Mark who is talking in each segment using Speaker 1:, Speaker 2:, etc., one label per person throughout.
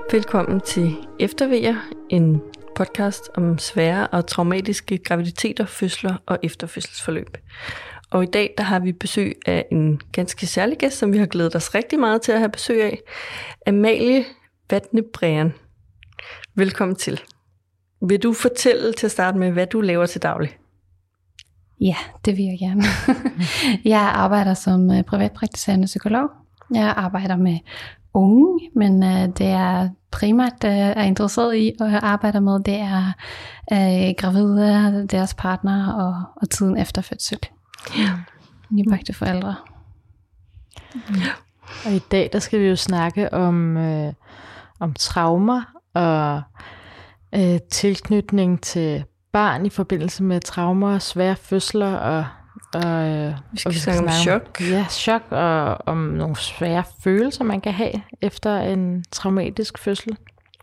Speaker 1: Velkommen til Eftervejer, en podcast om svære og traumatiske graviditeter, fødsler og efterfødselsforløb. Og i dag der har vi besøg af en ganske særlig gæst, som vi har glædet os rigtig meget til at have besøg af. Amalie Vatne Brean. Velkommen til. Vil du fortælle til at starte med, hvad du laver til daglig?
Speaker 2: Ja, det vil jeg gerne. Jeg arbejder som privatpraktiserende psykolog. Jeg arbejder med unge, men det er primært er interesseret i at arbejde med, det er gravide, deres partner og tiden efter fødsel.
Speaker 1: Ja.
Speaker 2: Nybagte forældre.
Speaker 3: Ja. Og i dag der skal vi jo snakke om traumer og tilknytning til barn i forbindelse med traumer, svære fødsler og
Speaker 1: vi skal snakke om chok.
Speaker 3: Ja, chok og om nogle svære følelser, man kan have efter en traumatisk fødsel.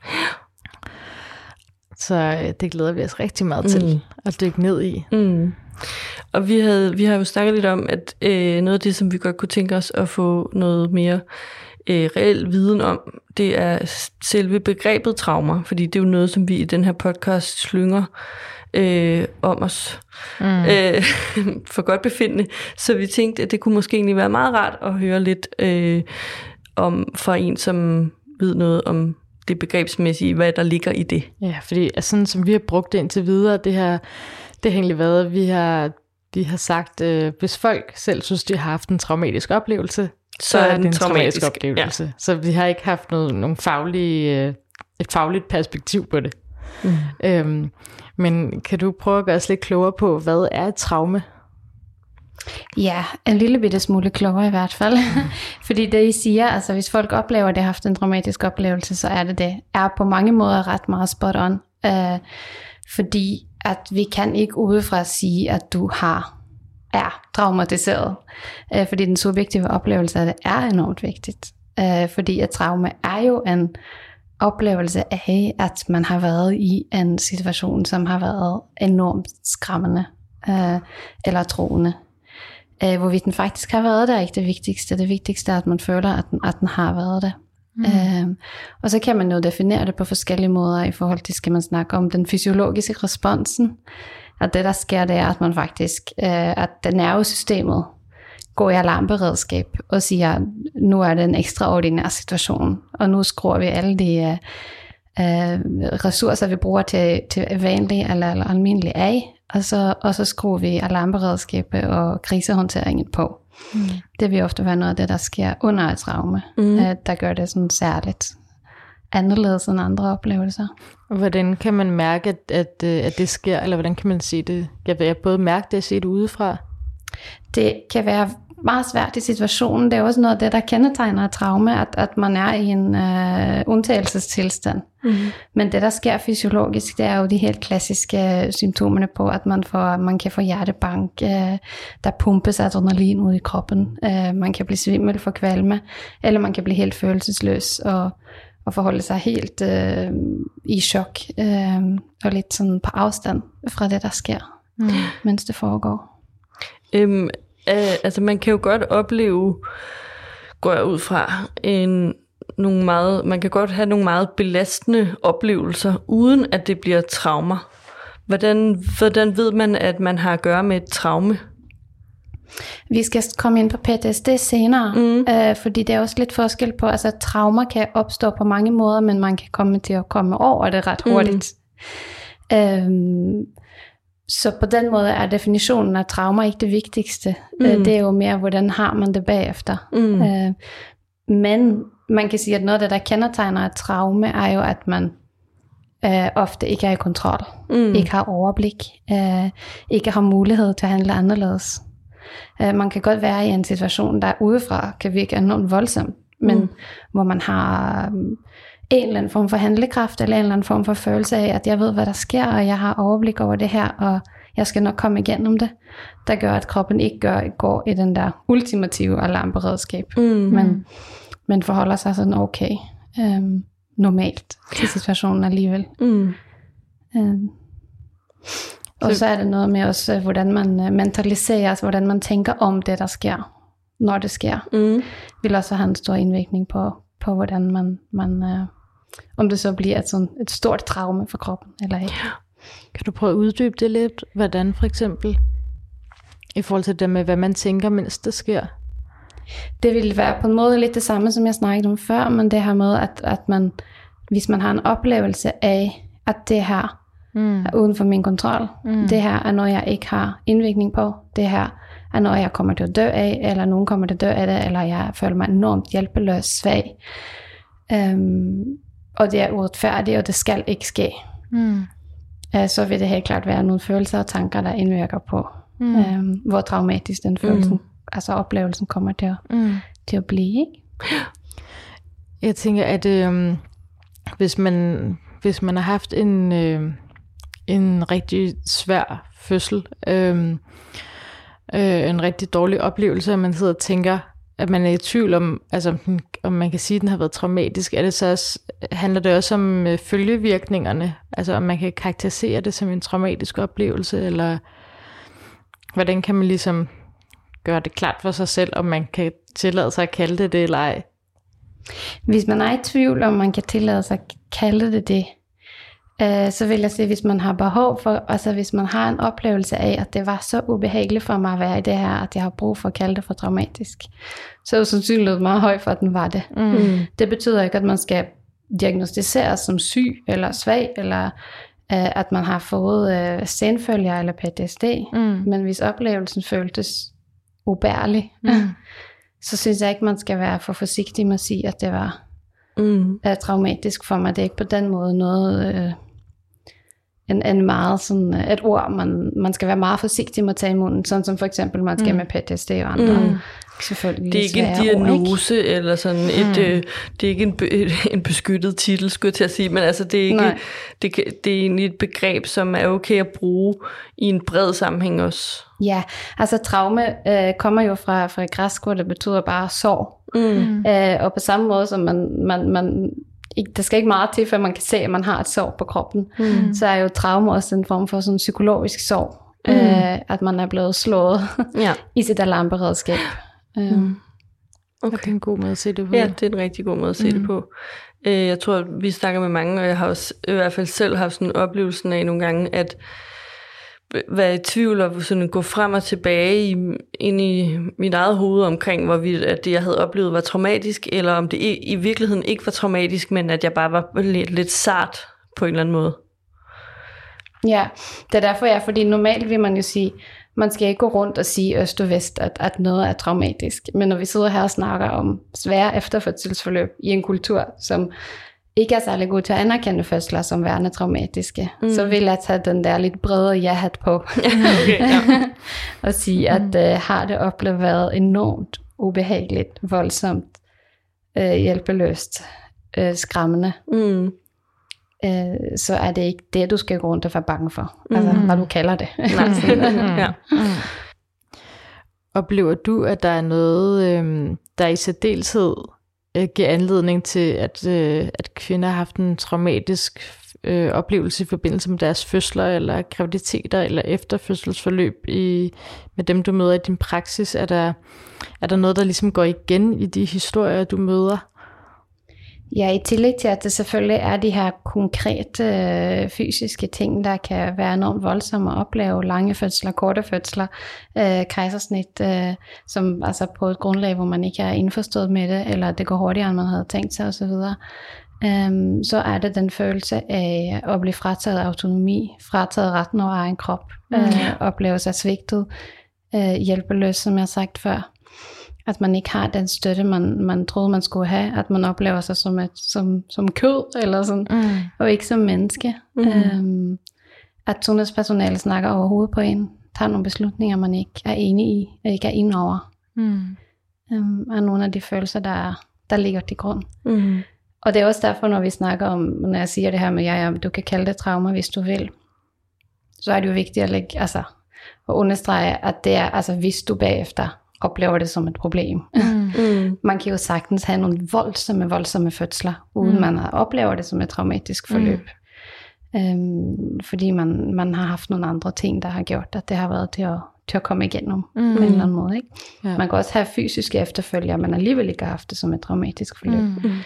Speaker 3: Så det glæder vi os rigtig meget til at dykke ned i.
Speaker 1: Mm. Og vi har jo snakket lidt om, at noget af det, som vi godt kunne tænke os at få noget mere reel viden om, det er selve begrebet traumer, fordi det er jo noget, som vi i den her podcast slynger om os for godt befindende. Så vi tænkte, at det kunne måske egentlig være meget rart at høre lidt om fra en, som ved noget om det begrebsmæssige, hvad der ligger i det.
Speaker 3: Ja, fordi sådan som vi har brugt det indtil videre, det har egentlig været, vi har sagt, hvis folk selv synes, de har haft en traumatisk oplevelse, så er det en traumatisk oplevelse. Ja. Så vi har ikke haft et fagligt perspektiv på det. Men kan du prøve at gøre os lidt klogere på, hvad er et traume?
Speaker 2: Ja, en lille bitte smule klogere i hvert fald. Fordi det I siger, altså hvis folk oplever, at de har haft en traumatisk oplevelse, så er det er på mange måder ret meget spot on. Fordi at vi kan ikke udefra sige, at du er traumatiseret. Fordi den subjektive oplevelse af det er enormt vigtigt. Fordi at traume er jo en oplevelse af, at man har været i en situation, som har været enormt skræmmende eller troende. Hvorvidt den faktisk har været det, er ikke det vigtigste. Det vigtigste er, at man føler, at den har været det. Og så kan man jo definere det på forskellige måder i forhold til, skal man snakke om den fysiologiske responsen. At det der sker, det er, at man faktisk, at det nervesystemet går i alarmberedskab og siger, nu er det en ekstraordinær situation, og nu skruer vi alle de ressourcer, vi bruger til vanlig eller almindelig af, og så skruer vi alarmberedskabet og krisehåndteringen på. Det vil ofte være noget af det, der sker under et traume, der gør det sådan særligt anderledes end andre oplevelser.
Speaker 3: Hvordan kan man mærke, at det sker, eller hvordan kan man se det? Jeg vil både mærke det og se det udefra.
Speaker 2: Det kan være meget svært i situationen. Det er også noget af det, der kendetegner et traume, at man er i en undtagelsestilstand. Men det, der sker fysiologisk, det er jo de helt klassiske symptomerne på, at man kan få hjertebank, der pumpes adrenalin ud i kroppen, man kan blive svimmel for kvalme, eller man kan blive helt følelsesløs og forholde sig helt i chok, og lidt sådan på afstand fra det, der sker, mens det foregår.
Speaker 1: Altså man kan jo godt opleve, går jeg ud fra, man kan godt have nogle meget belastende oplevelser, uden at det bliver traumer. Hvordan ved man, at man har at gøre med et traume?
Speaker 2: Vi skal komme ind på PTSD senere, fordi det er også lidt forskel på, altså traumer kan opstå på mange måder, men man kan komme til at komme over det ret hurtigt. Så på den måde er definitionen af trauma ikke det vigtigste. Det er jo mere, hvordan har man det bagefter. Men man kan sige, at noget af det, der kendetegner et traume, er jo, at man ofte ikke er i kontrol, ikke har overblik, ikke har mulighed til at handle anderledes. Man kan godt være i en situation, der udefra kan virke enormt voldsomt, men hvor man har en eller anden form for handlekraft, eller en eller anden form for følelse af, at jeg ved, hvad der sker, og jeg har overblik over det her, og jeg skal nok komme igennem det, der gør, at kroppen ikke går i den der ultimative alarmberedskab, men forholder sig sådan okay, normalt til situationen alligevel. Og så er det noget med også, hvordan man mentaliserer, altså hvordan man tænker om det, der sker, når det sker, vil også have en stor indvirkning på hvordan man Om det så bliver et stort traume for kroppen, eller ikke.
Speaker 3: Kan du prøve at uddybe det lidt? Hvordan for eksempel? I forhold til det med, hvad man tænker, mens det sker?
Speaker 2: Det ville være på en måde lidt det samme, som jeg snakkede om før, men det her med, at man, hvis man har en oplevelse af, at det her er uden for min kontrol, det her er noget, jeg ikke har indvirkning på, det her er noget, jeg kommer til at dø af, eller nogen kommer til at dø af det, eller jeg føler mig enormt hjælpeløs, svag. Og det er uretfærdigt, og det skal ikke ske. Så vil det helt klart være nogle følelser og tanker, der indvirker på, hvor traumatisk den følelsen, altså oplevelsen kommer til at blive. Ikke?
Speaker 3: Jeg tænker, at hvis man har haft en rigtig svær fødsel, en rigtig dårlig oplevelse, at man sidder og tænker, at man er i tvivl om, altså om man kan sige, at den har været traumatisk, er det så også, handler det også om følgevirkningerne, altså om man kan karakterisere det som en traumatisk oplevelse, eller hvordan kan man ligesom gøre det klart for sig selv, om man kan tillade sig at kalde det eller ej?
Speaker 2: Hvis man er i tvivl, om man kan tillade sig at kalde det, så vil jeg sige, hvis man har behov for, altså hvis man har en oplevelse af, at det var så ubehageligt for mig at være i det her, at jeg har brug for at kalde det for traumatisk, så er det sandsynligt meget højt for, at den var det. Det betyder ikke, at man skal diagnostiseres som syg eller svag, eller at man har fået senfølger eller PTSD, men hvis oplevelsen føltes ubærlig, så synes jeg ikke, man skal være for forsigtig med at sige, at det var traumatisk for mig. Det er ikke på den måde noget, en meget sådan, et ord, man skal være meget forsigtig med at tage i munden, sådan som for eksempel man skal med PTSD og andre. Selvfølgelig
Speaker 1: det er ikke en diagnose ord, eller sådan det er ikke en beskyttet titel, skulle jeg til at sige, men altså det er ikke det er egentlig et begreb, som er okay at bruge i en bred sammenhæng også.
Speaker 2: Ja, altså traume kommer jo fra græsk, hvor det betyder bare sorg. Og på samme måde som man der skal ikke meget til, før man kan se, at man har et sår på kroppen, så er jo traume også en form for sådan psykologisk sorg, at man er blevet slået i sit alarmberedskab.
Speaker 1: Okay.
Speaker 3: Det er en god måde at se det på.
Speaker 1: Ja, det er en rigtig god måde at se det på. Jeg tror, vi snakker med mange, og jeg har også i hvert fald selv haft sådan en oplevelse af nogle gange, at være i tvivl og sådan gå frem og tilbage ind i mit eget hoved omkring, hvorvidt at det, jeg havde oplevet, var traumatisk, eller om det i virkeligheden ikke var traumatisk, men at jeg bare var lidt sart på en eller anden måde.
Speaker 2: Ja, det er derfor, fordi normalt vil man jo sige, man skal ikke gå rundt og sige øst og vest, at noget er traumatisk. Men når vi sidder her og snakker om svære efterfødselsforløb i en kultur, som ikke er særlig god til at anerkende fødsler som værende traumatiske, så vil jeg tage den der lidt bredere ja-hat på. Og sige, at har det oplevet været enormt ubehageligt, voldsomt, hjælpeløst, skræmmende, så er det ikke det, du skal gå rundt og være bange for. Altså, hvad du kalder det.
Speaker 3: Oplever du, at der er noget, der i særdeleshed giver anledning til, at kvinder har haft en traumatisk oplevelse i forbindelse med deres fødsler, eller graviditeter, eller efterfødselsforløb med dem, du møder i din praksis? Er der noget, der ligesom går igen i de historier, du møder?
Speaker 2: Ja, i tillæg til, at det selvfølgelig er de her konkrete fysiske ting, der kan være enormt voldsomme at opleve, lange fødsler, korte fødsler, kejsersnit, som altså på et grundlag, hvor man ikke er indforstået med det, eller det går hurtigere, end man havde tænkt sig osv., så er det den følelse af at blive frataget autonomi, frataget retten over egen krop, opleve sig svigtet, hjælpeløs, som jeg har sagt før. At man ikke har den støtte, man troede, man skulle have. At man oplever sig som kød, eller sådan, og ikke som menneske. At sundhedspersonale snakker overhovedet på en. Tager nogle beslutninger, man ikke er enig i, og ikke er inde over. Er nogle af de følelser, der ligger til grund. Og det er også derfor, når vi snakker om, når jeg siger det her med, du kan kalde det trauma, hvis du vil. Så er det jo vigtigt at understrege, at det er, altså hvis du bagefter oplever det som et problem. Man kan jo sagtens have nogle voldsomme fødsler, uden man oplever det som et traumatisk forløb. Fordi man har haft nogle andre ting, der har gjort, at det har været til at komme igennem på en eller anden måde. Ikke? Ja. Man kan også have fysiske efterfølger, men alligevel ikke har haft det som et traumatisk forløb.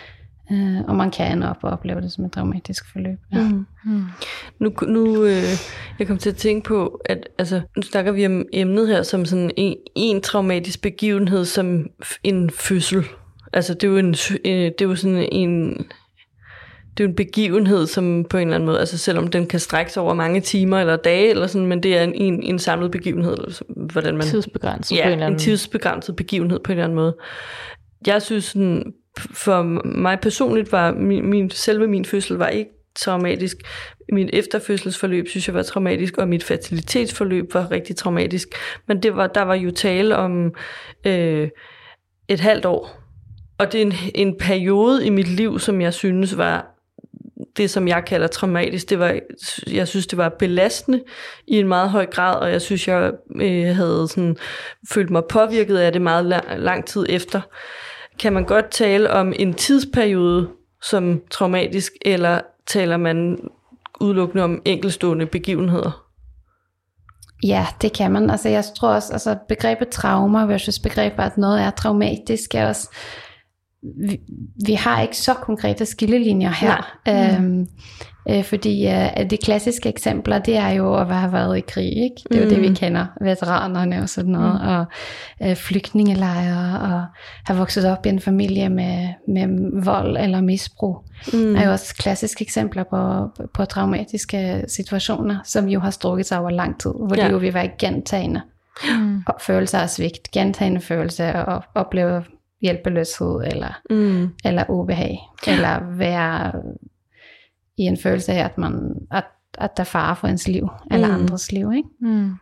Speaker 2: Og man kan ende op og opleve det som et dramatisk forløb. Ja.
Speaker 1: Nu jeg kom til at tænke på, at altså, nu snakker vi om emnet her som sådan en traumatisk begivenhed, som en fødsel. Altså det er jo sådan det er jo en begivenhed, som på en eller anden måde, altså selvom den kan strække sig over mange timer eller dage, eller sådan, men det er en samlet begivenhed. Eller hvordan man,
Speaker 3: tidsbegrænset
Speaker 1: ja,
Speaker 3: på en eller anden.
Speaker 1: En tidsbegrænset begivenhed på en eller anden måde. Jeg synes, sådan, for mig personligt var selve min fødsel var ikke traumatisk. Mit efterfødselsforløb synes jeg var traumatisk, og mit fertilitetsforløb var rigtig traumatisk. Men der var jo tale om et halvt år. Og det er en periode i mit liv, som jeg synes var det, som jeg kalder traumatisk. Jeg synes, det var belastende i en meget høj grad, og jeg synes, jeg havde sådan, følt mig påvirket af det meget lang tid efter. Kan man godt tale om en tidsperiode som traumatisk, eller taler man udelukkende om enkeltstående begivenheder?
Speaker 2: Ja, det kan man. Altså jeg tror også, altså begrebet trauma versus begrebet, at noget er traumatisk, er også, vi har ikke så konkrete skillelinjer her. Fordi de klassiske eksempler, det er jo at have været i krig, ikke? Det er jo det, vi kender, veteranerne og sådan noget, og flygtningelejre, og have vokset op i en familie med vold eller misbrug, er jo også klassiske eksempler på traumatiske situationer, som jo har strukket sig over lang tid, hvor det jo vil være gentagende følelser af svigt, gentagende følelser af opleve hjælpeløshed eller ubehag, eller være i en følelse af, at der er fare for ens liv, eller andres liv, ikke?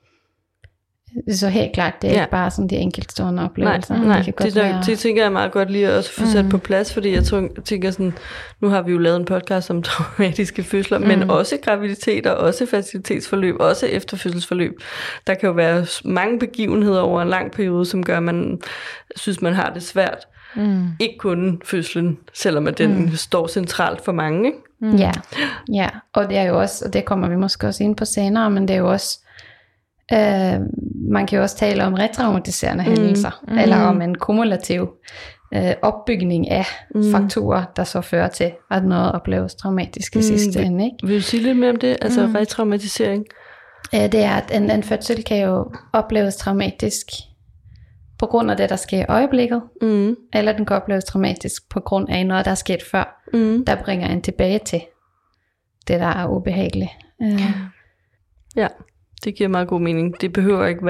Speaker 2: Så helt klart, det er ikke bare sådan de enkeltstående oplevelser.
Speaker 1: Nej, det tænker jeg meget godt lige at også få sat på plads, fordi jeg tænker sådan, nu har vi jo lavet en podcast om traumatiske fødsler, men også graviditeter, også fertilitetsforløb, også efterfødselsforløb. Der kan jo være mange begivenheder over en lang periode, som gør, at man synes, man har det svært. Ikke kun fødslen, selvom at den står centralt for mange, ikke?
Speaker 2: Ja, og det er jo også, og det kommer vi måske også ind på senere, men det er jo også, man kan jo også tale om retraumatiserende hændelser, eller om en kumulativ opbygning af faktorer, der så fører til, at noget opleves traumatisk i sidste ende, ikke?
Speaker 1: Vil du sige lidt mere om det, altså retraumatisering?
Speaker 2: Det er, at en fødsel kan jo opleves traumatisk på grund af det, der sker i øjeblikket, eller den kan opleves traumatisk på grund af noget, der er sket før, der bringer en tilbage til det, der er ubehageligt.
Speaker 1: Ja, det giver meget god mening. Det behøver ikke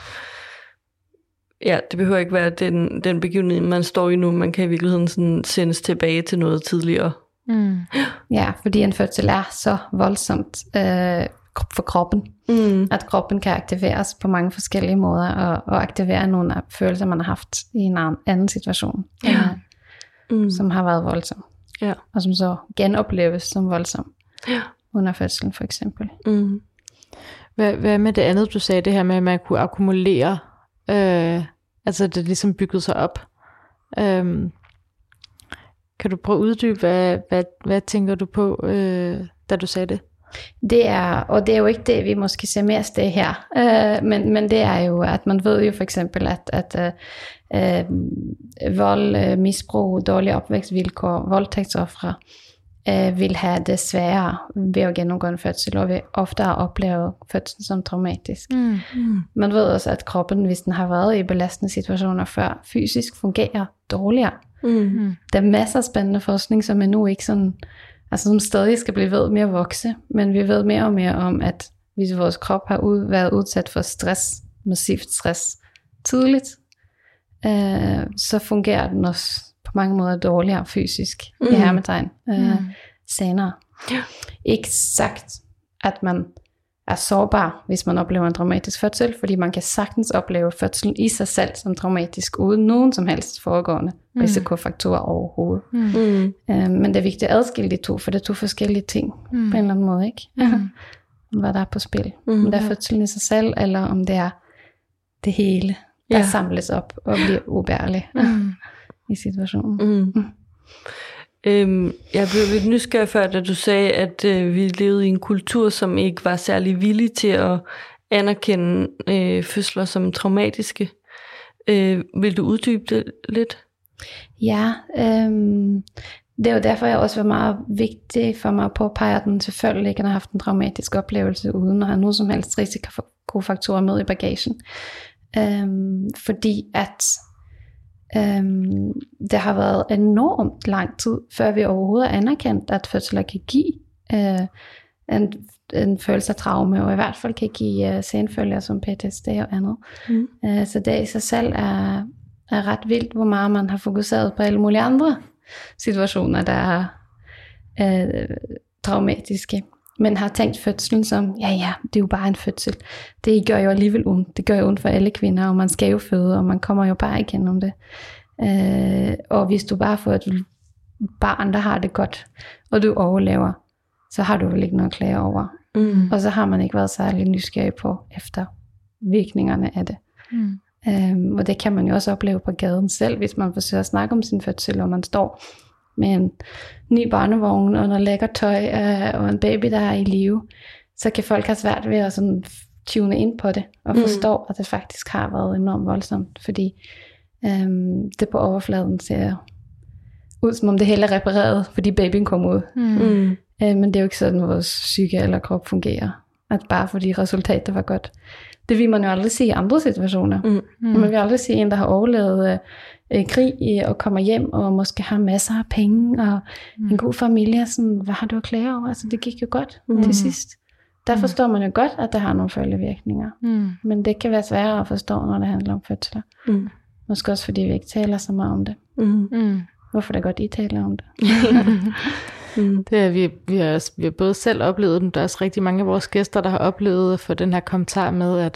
Speaker 1: være den begivenhed, man står i nu. Man kan i virkeligheden sådan sendes tilbage til noget tidligere.
Speaker 2: Ja, fordi en fødsel er så voldsomt for kroppen, at kroppen kan aktiveres på mange forskellige måder, og aktivere nogle af følelser, man har haft i en anden situation, som har været voldsom, og som så genopleves som voldsom under fødslen for eksempel.
Speaker 3: Hvad med det andet, du sagde, det her med, at man kunne akkumulere, altså det ligesom byggede sig op. Kan du prøve at uddybe, hvad tænker du på, da du sagde det?
Speaker 2: Det er jo ikke det, vi måske ser mest det her, men det er jo, at man ved jo for eksempel, at vold, misbrug, dårlige opvækstvilkår, voldtægtsoffere vil have det sværere ved at gennemgå en fødsel, og vil ofte opleve fødslen som traumatisk. Man ved også, at kroppen, hvis den har været i belastende situationer før, fysisk fungerer dårligere. Der er masser af spændende forskning, som er nu ikke sådan, altså som stadig skal blive ved med at vokse, men vi ved mere og mere om, at hvis vores krop har været udsat for stress, massivt stress tidligt, så fungerer den også på mange måder dårligere fysisk i hermetegn senere. Ikke sagt, at man er sårbar, hvis man oplever en traumatisk fødsel, fordi man kan sagtens opleve fødslen i sig selv som traumatisk, uden nogen som helst foregående risikofaktorer overhovedet. Men det er vigtigt at adskille de to, for det er to forskellige ting, på en eller anden måde, ikke? Hvad der er på spil. Om det er fødslen i sig selv, eller om det er det hele, der samles op og bliver ubærligt i situationen.
Speaker 1: Jeg blev lidt nysgerrig før, da du sagde, at vi levede i en kultur, som ikke var særlig villig til at anerkende fødsler som traumatiske. Vil du uddybe det lidt?
Speaker 2: Ja, det er jo derfor, jeg også var meget vigtig for mig at påpege, at den selvfølgelig ikke har haft en dramatisk oplevelse, uden at have nogen som helst risikofaktorer med i bagagen. Fordi at det har været enormt lang tid, før vi overhovedet har anerkendt, at fødsler kan give en følelse af traume, og i hvert fald kan give senfølger som PTSD og andet. Så det i sig selv er ret vildt, hvor meget man har fokuseret på alle mulige andre situationer, der er traumatiske, men har tænkt fødslen som, ja, det er jo bare en fødsel. Det gør jo alligevel ondt. Det gør jo ondt for alle kvinder, og man skal jo føde, og man kommer jo bare igennem det. Og hvis du bare får et barn, der har det godt, og du overlever, så har du vel ikke noget at klage over. Og så har man ikke været særlig nysgerrig på efter virkningerne af det. Og det kan man jo også opleve på gaden selv, hvis man forsøger at snakke om sin fødsel, og man står med en ny barnevogn og noget lækker tøj og en baby, der er i live, så kan folk have svært ved at sådan tune ind på det og forstå, at det faktisk har været enormt voldsomt, fordi det på overfladen ser ud, som om det hele er repareret, fordi babyen kom ud. Men det er jo ikke sådan, vores psyke eller krop fungerer, at bare fordi resultatet var godt. Det vil man jo aldrig se i andre situationer. Man vil aldrig se en, der har overlevet krig og kommer hjem og måske har masser af penge og en god familie. Sådan, hvad har du at klage over? Altså, det gik jo godt til sidst. Der forstår man jo godt, at der har nogle følgevirkninger. Men det kan være sværere at forstå, når det handler om fødsler. Måske også fordi vi ikke taler så meget om det. Hvorfor det godt, I taler om det?
Speaker 3: Det er, vi har både selv oplevet det, der er også rigtig mange af vores gæster, der har oplevet at få den her kommentar med, at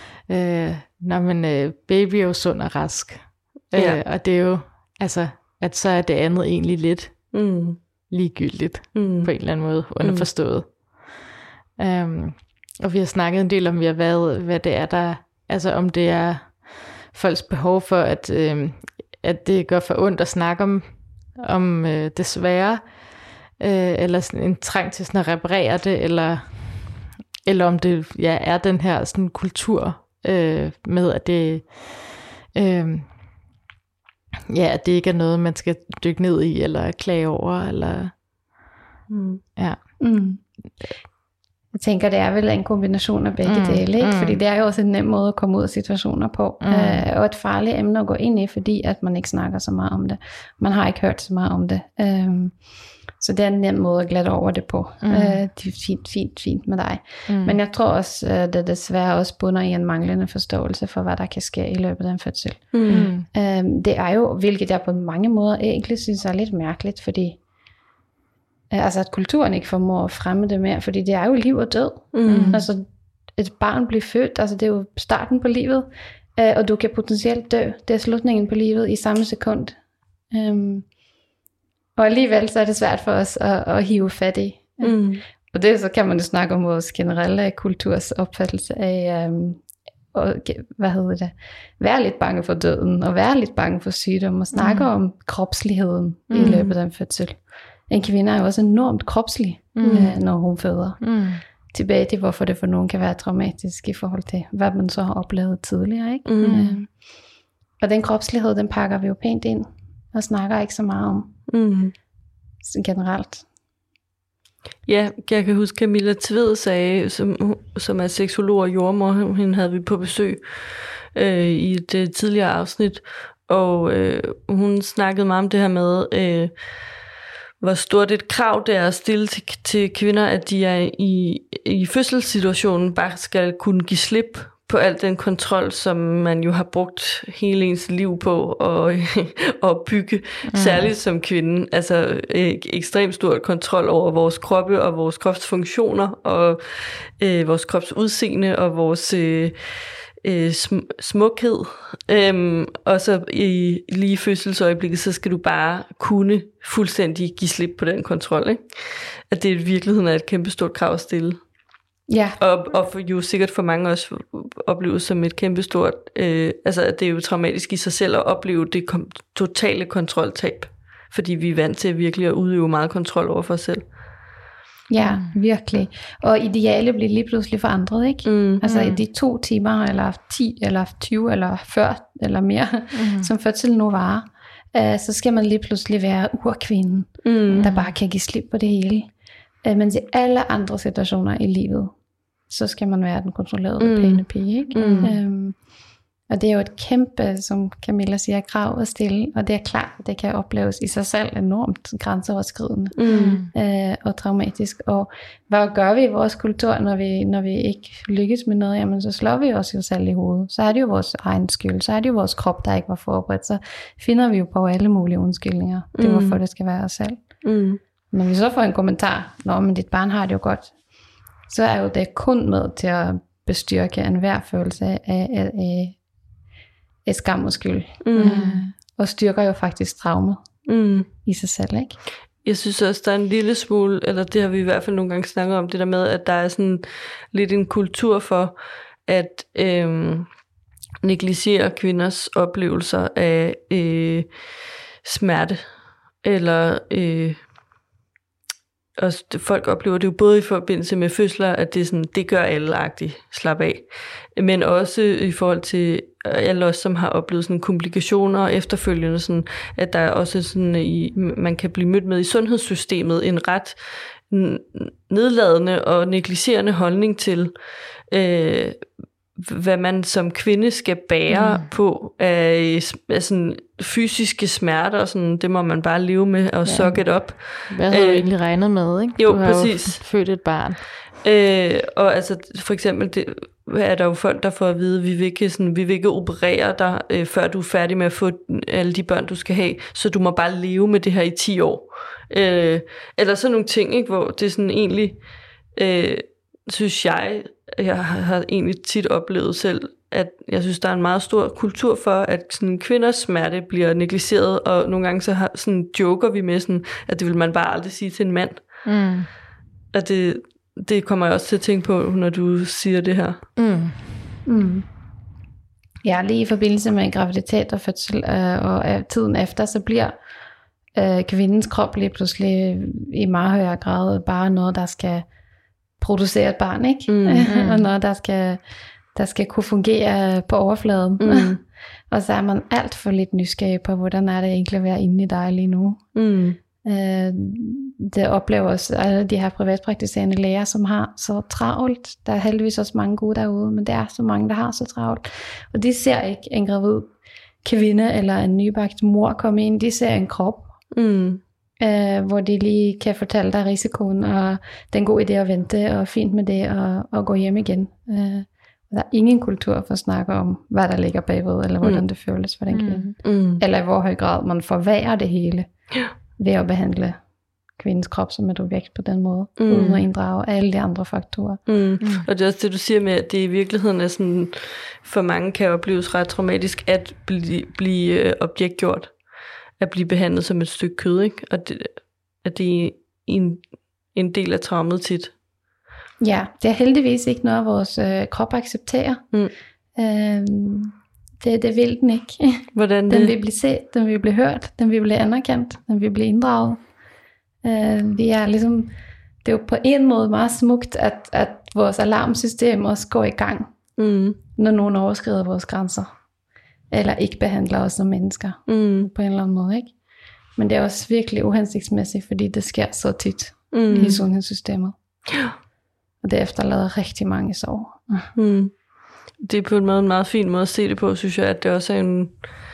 Speaker 3: baby er jo sund og rask. Og det er jo, altså, at så er det andet egentlig lidt ligegyldigt på en eller anden måde, underforstået. Og vi har snakket en del om, hvad det er, der, altså om det er folks behov for, at det gør for ondt at snakke om det svære, eller sådan en trang til sådan at reparere det, eller om det er den her sådan kultur med, at det at det ikke er noget, man skal dykke ned i, eller klage over, eller
Speaker 2: Jeg tænker, det er vel en kombination af begge dele, ikke? Fordi det er jo også en nem måde at komme ud af situationer på, og et farligt emne at gå ind i, fordi at man ikke snakker så meget om det. Man har ikke hørt så meget om det. Så det er en nem måde at glatte over det på. Det er fint med dig. Men jeg tror også, at det desværre også bunder i en manglende forståelse for, hvad der kan ske i løbet af en fødsel. Det er jo, hvilket jeg på mange måder egentlig synes er lidt mærkeligt, fordi altså at kulturen ikke formår at fremme det mere, fordi det er jo liv og død. Altså et barn bliver født, altså det er jo starten på livet, og du kan potentielt dø. Det er slutningen på livet i samme sekund. Og alligevel så er det svært for os at hive fat i. Og det så kan man jo snakke om vores generelle kulturs opfattelse af være lidt bange for døden, og være lidt bange for sygdom, og snakke om kropsligheden i løbet af en fødsel. En kvinde er jo også enormt kropslig, når hun føder. Tilbage til, hvorfor det for nogen kan være traumatisk i forhold til, hvad man så har oplevet tidligere. Ikke? Og den kropslighed, den pakker vi jo pænt ind, og snakker ikke så meget om generelt.
Speaker 1: Ja, jeg kan huske, Camilla Tved sagde, som er seksolog og jordmor, hende havde vi på besøg i et tidligere afsnit, og hun snakkede meget om det her med, hvor stort et krav det er at stille til kvinder, at de er i fødselssituationen bare skal kunne give slip på al den kontrol, som man jo har brugt hele ens liv på at bygge, særligt som kvinde. Altså ekstremt stort kontrol over vores kroppe og vores kropsfunktioner og vores kropsudseende og vores smukhed. Og så i lige fødselsøjeblikket, så skal du bare kunne fuldstændig give slip på den kontrol. Ikke? At det i virkeligheden er et kæmpestort krav at stille.
Speaker 2: Ja.
Speaker 1: Og for, jo sikkert for mange også opleves som et kæmpestort, altså at det er jo traumatisk i sig selv at opleve det totale kontroltab, fordi vi er vant til virkelig at udøve meget kontrol over for os selv.
Speaker 2: Ja, virkelig. Og idealet bliver lige pludselig forandret, ikke? Altså i de 2 timer, eller 10, eller 20, eller 40, eller mere, som fødsel nu varer, så skal man lige pludselig være urkvinden, der bare kan give slip på det hele. Men i alle andre situationer i livet, så skal man være den kontrollerede pæne pige, ikke? Og det er jo et kæmpe, som Camilla siger, krav at stille, og det er klart, at det kan opleves i sig selv enormt grænseoverskridende og traumatisk. Og hvad gør vi i vores kultur, når vi ikke lykkes med noget? Jamen, så slår vi os jo selv i hovedet. Så er det jo vores egen skyld, så er det jo vores krop, der ikke var forberedt. Så finder vi jo på alle mulige undskyldninger. Det er hvorfor det skal være os selv. Når vi så får en kommentar, men dit barn har det jo godt, så er jo det kun med til at bestyrke enhver følelse af skam og skyld. Og styrker jo faktisk traumet i sig selv, ikke?
Speaker 1: Jeg synes også, der er en lille smule, eller det har vi i hvert fald nogle gange snakket om, det der med, at der er sådan lidt en kultur for at negligere kvinders oplevelser af smerte, eller og folk oplever det jo både i forbindelse med fødsler, at det er sådan, det gør alle-agtigt, slap af, men også i forhold til alle os, som har oplevet sådan komplikationer og efterfølgende, sådan, at der er også sådan, man kan blive mødt med i sundhedssystemet en ret nedladende og negligerende holdning til, hvad man som kvinde skal bære på af sådan fysiske smerter, og sådan, det må man bare leve med og suck it up.
Speaker 3: Hvad har du egentlig regnet med, ikke?
Speaker 1: Jo,
Speaker 3: du har
Speaker 1: præcis.
Speaker 3: Jo født et barn.
Speaker 1: Og altså for eksempel er der jo folk, der får at vide, vi vil ikke operere dig, før du er færdig med at få alle de børn, du skal have, så du må bare leve med det her i 10 år. Eller sådan nogle ting, ikke, hvor det er sådan egentlig, synes jeg har egentlig tit oplevet selv, at jeg synes, der er en meget stor kultur for, at sådan kvinders smerte bliver negligeret, og nogle gange så sådan joker vi med, sådan, at det vil man bare aldrig sige til en mand. At det kommer jeg også til at tænke på, når du siger det her.
Speaker 2: Ja, lige i forbindelse med graviditet og fødsel og tiden efter, så bliver kvindens krop lige pludselig i meget højere grad bare noget, der skal producere et barn, ikke? Og noget, der skal kunne fungere på overfladen. Og så er man alt for lidt nysgerrig på, hvordan er det egentlig at være inde i dig lige nu. Det oplever også alle de her privatpraktiserende læger, som har så travlt. Der er heldigvis også mange gode derude, men der er så mange, der har så travlt. Og de ser ikke en gravid kvinde eller en nybagt mor komme ind. De ser en krop, hvor de lige kan fortælle dig risikoen, og det er en god idé at vente, og fint med det, og gå hjem igen. Der er ingen kultur for at snakke om, hvad der ligger bagved, eller hvordan det føles for den kvinde. Eller i hvor høj grad man forværrer det hele, ved at behandle kvindens krop som et objekt på den måde, uden at inddrage alle de andre faktorer.
Speaker 1: Og det er også det, du siger med, at det i virkeligheden er sådan, for mange kan opleves ret traumatisk, at blive objektgjort, at blive behandlet som et stykke kød, ikke? Og at det er en del af traumet tit.
Speaker 2: Ja, det er heldigvis ikke noget, vores krop accepterer. Det vil den ikke.
Speaker 1: Hvordan
Speaker 2: den vil blive set, den vil blive hørt, den vil blive anerkendt, den vil blive inddraget. Vi er ligesom, det er jo på en måde meget smukt, at vores alarmsystem også går i gang, når nogen overskrider vores grænser, eller ikke behandler os som mennesker, på en eller anden måde, ikke? Men det er også virkelig uhensigtsmæssigt, fordi det sker så tit i sundhedssystemet. Og det efterlader rigtig mange sorg.
Speaker 1: Det er på en måde en meget fin måde at se det på, synes jeg, at det også er en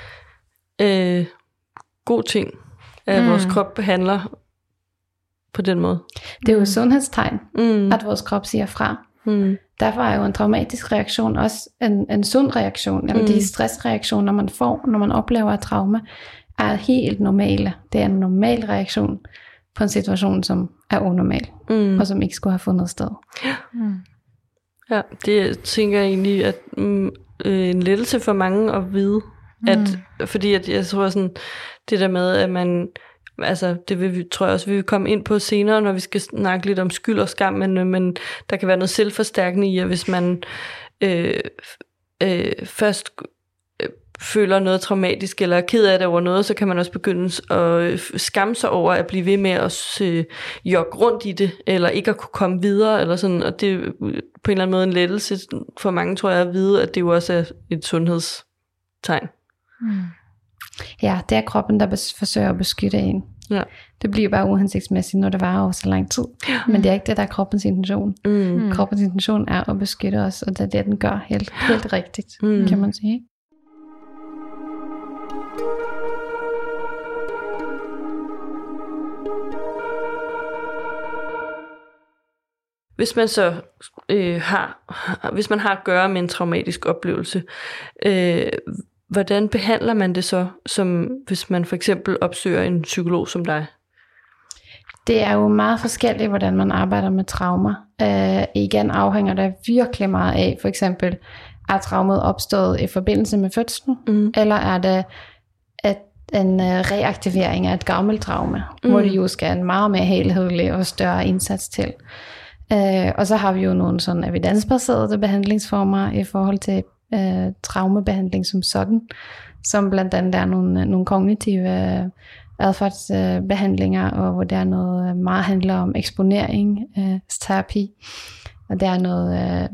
Speaker 1: god ting, at vores krop behandler på den måde.
Speaker 2: Det er jo et sundhedstegn, at vores krop siger fra. Derfor er jo en traumatisk reaktion også en sund reaktion, eller de stressreaktioner, man får, når man oplever et traume, er helt normale. Det er en normal reaktion på en situation, som er unormal, og som ikke skulle have fundet sted.
Speaker 1: Ja, det tænker jeg egentlig, at en lettelse for mange at vide, at, fordi at jeg tror sådan, det der med, at man, altså det vil vi, tror jeg også, vi vil komme ind på senere, når vi skal snakke lidt om skyld og skam, men der kan være noget selvforstærkende i, at hvis man først føler noget traumatisk, eller er ked af det over noget, så kan man også begynde at skamme sig over at blive ved med at jogge rundt i det, eller ikke at kunne komme videre, eller sådan, og det er på en eller anden måde en lettelse for mange, tror jeg, at vide, at det jo også er et sundhedstegn.
Speaker 2: Ja, det er kroppen, der forsøger at beskytte en.
Speaker 1: Ja.
Speaker 2: Det bliver bare uhensigtsmæssigt, når det varer over så lang tid. Men det er ikke det, der er kroppens intention. Kroppens intention er at beskytte os, og det er det, den gør helt rigtigt, kan man sige.
Speaker 1: Hvis man så hvis man har at gøre med en traumatisk oplevelse, hvordan behandler man det så, som hvis man for eksempel opsøger en psykolog som dig?
Speaker 2: Det er jo meget forskelligt, hvordan man arbejder med traumer. Igen afhænger det virkelig meget af, for eksempel, er traumet opstået i forbindelse med fødslen, eller er det en reaktivering af et gammelt traume, hvor det jo skal en meget mere helhedelig og større indsats til. Og så har vi jo nogle sådan evidensbaserede behandlingsformer i forhold til traumebehandling som sådan, som blandt andet er nogle kognitive adfærdsbehandlinger, og hvor der er noget meget handler om eksponering, terapi, og der er noget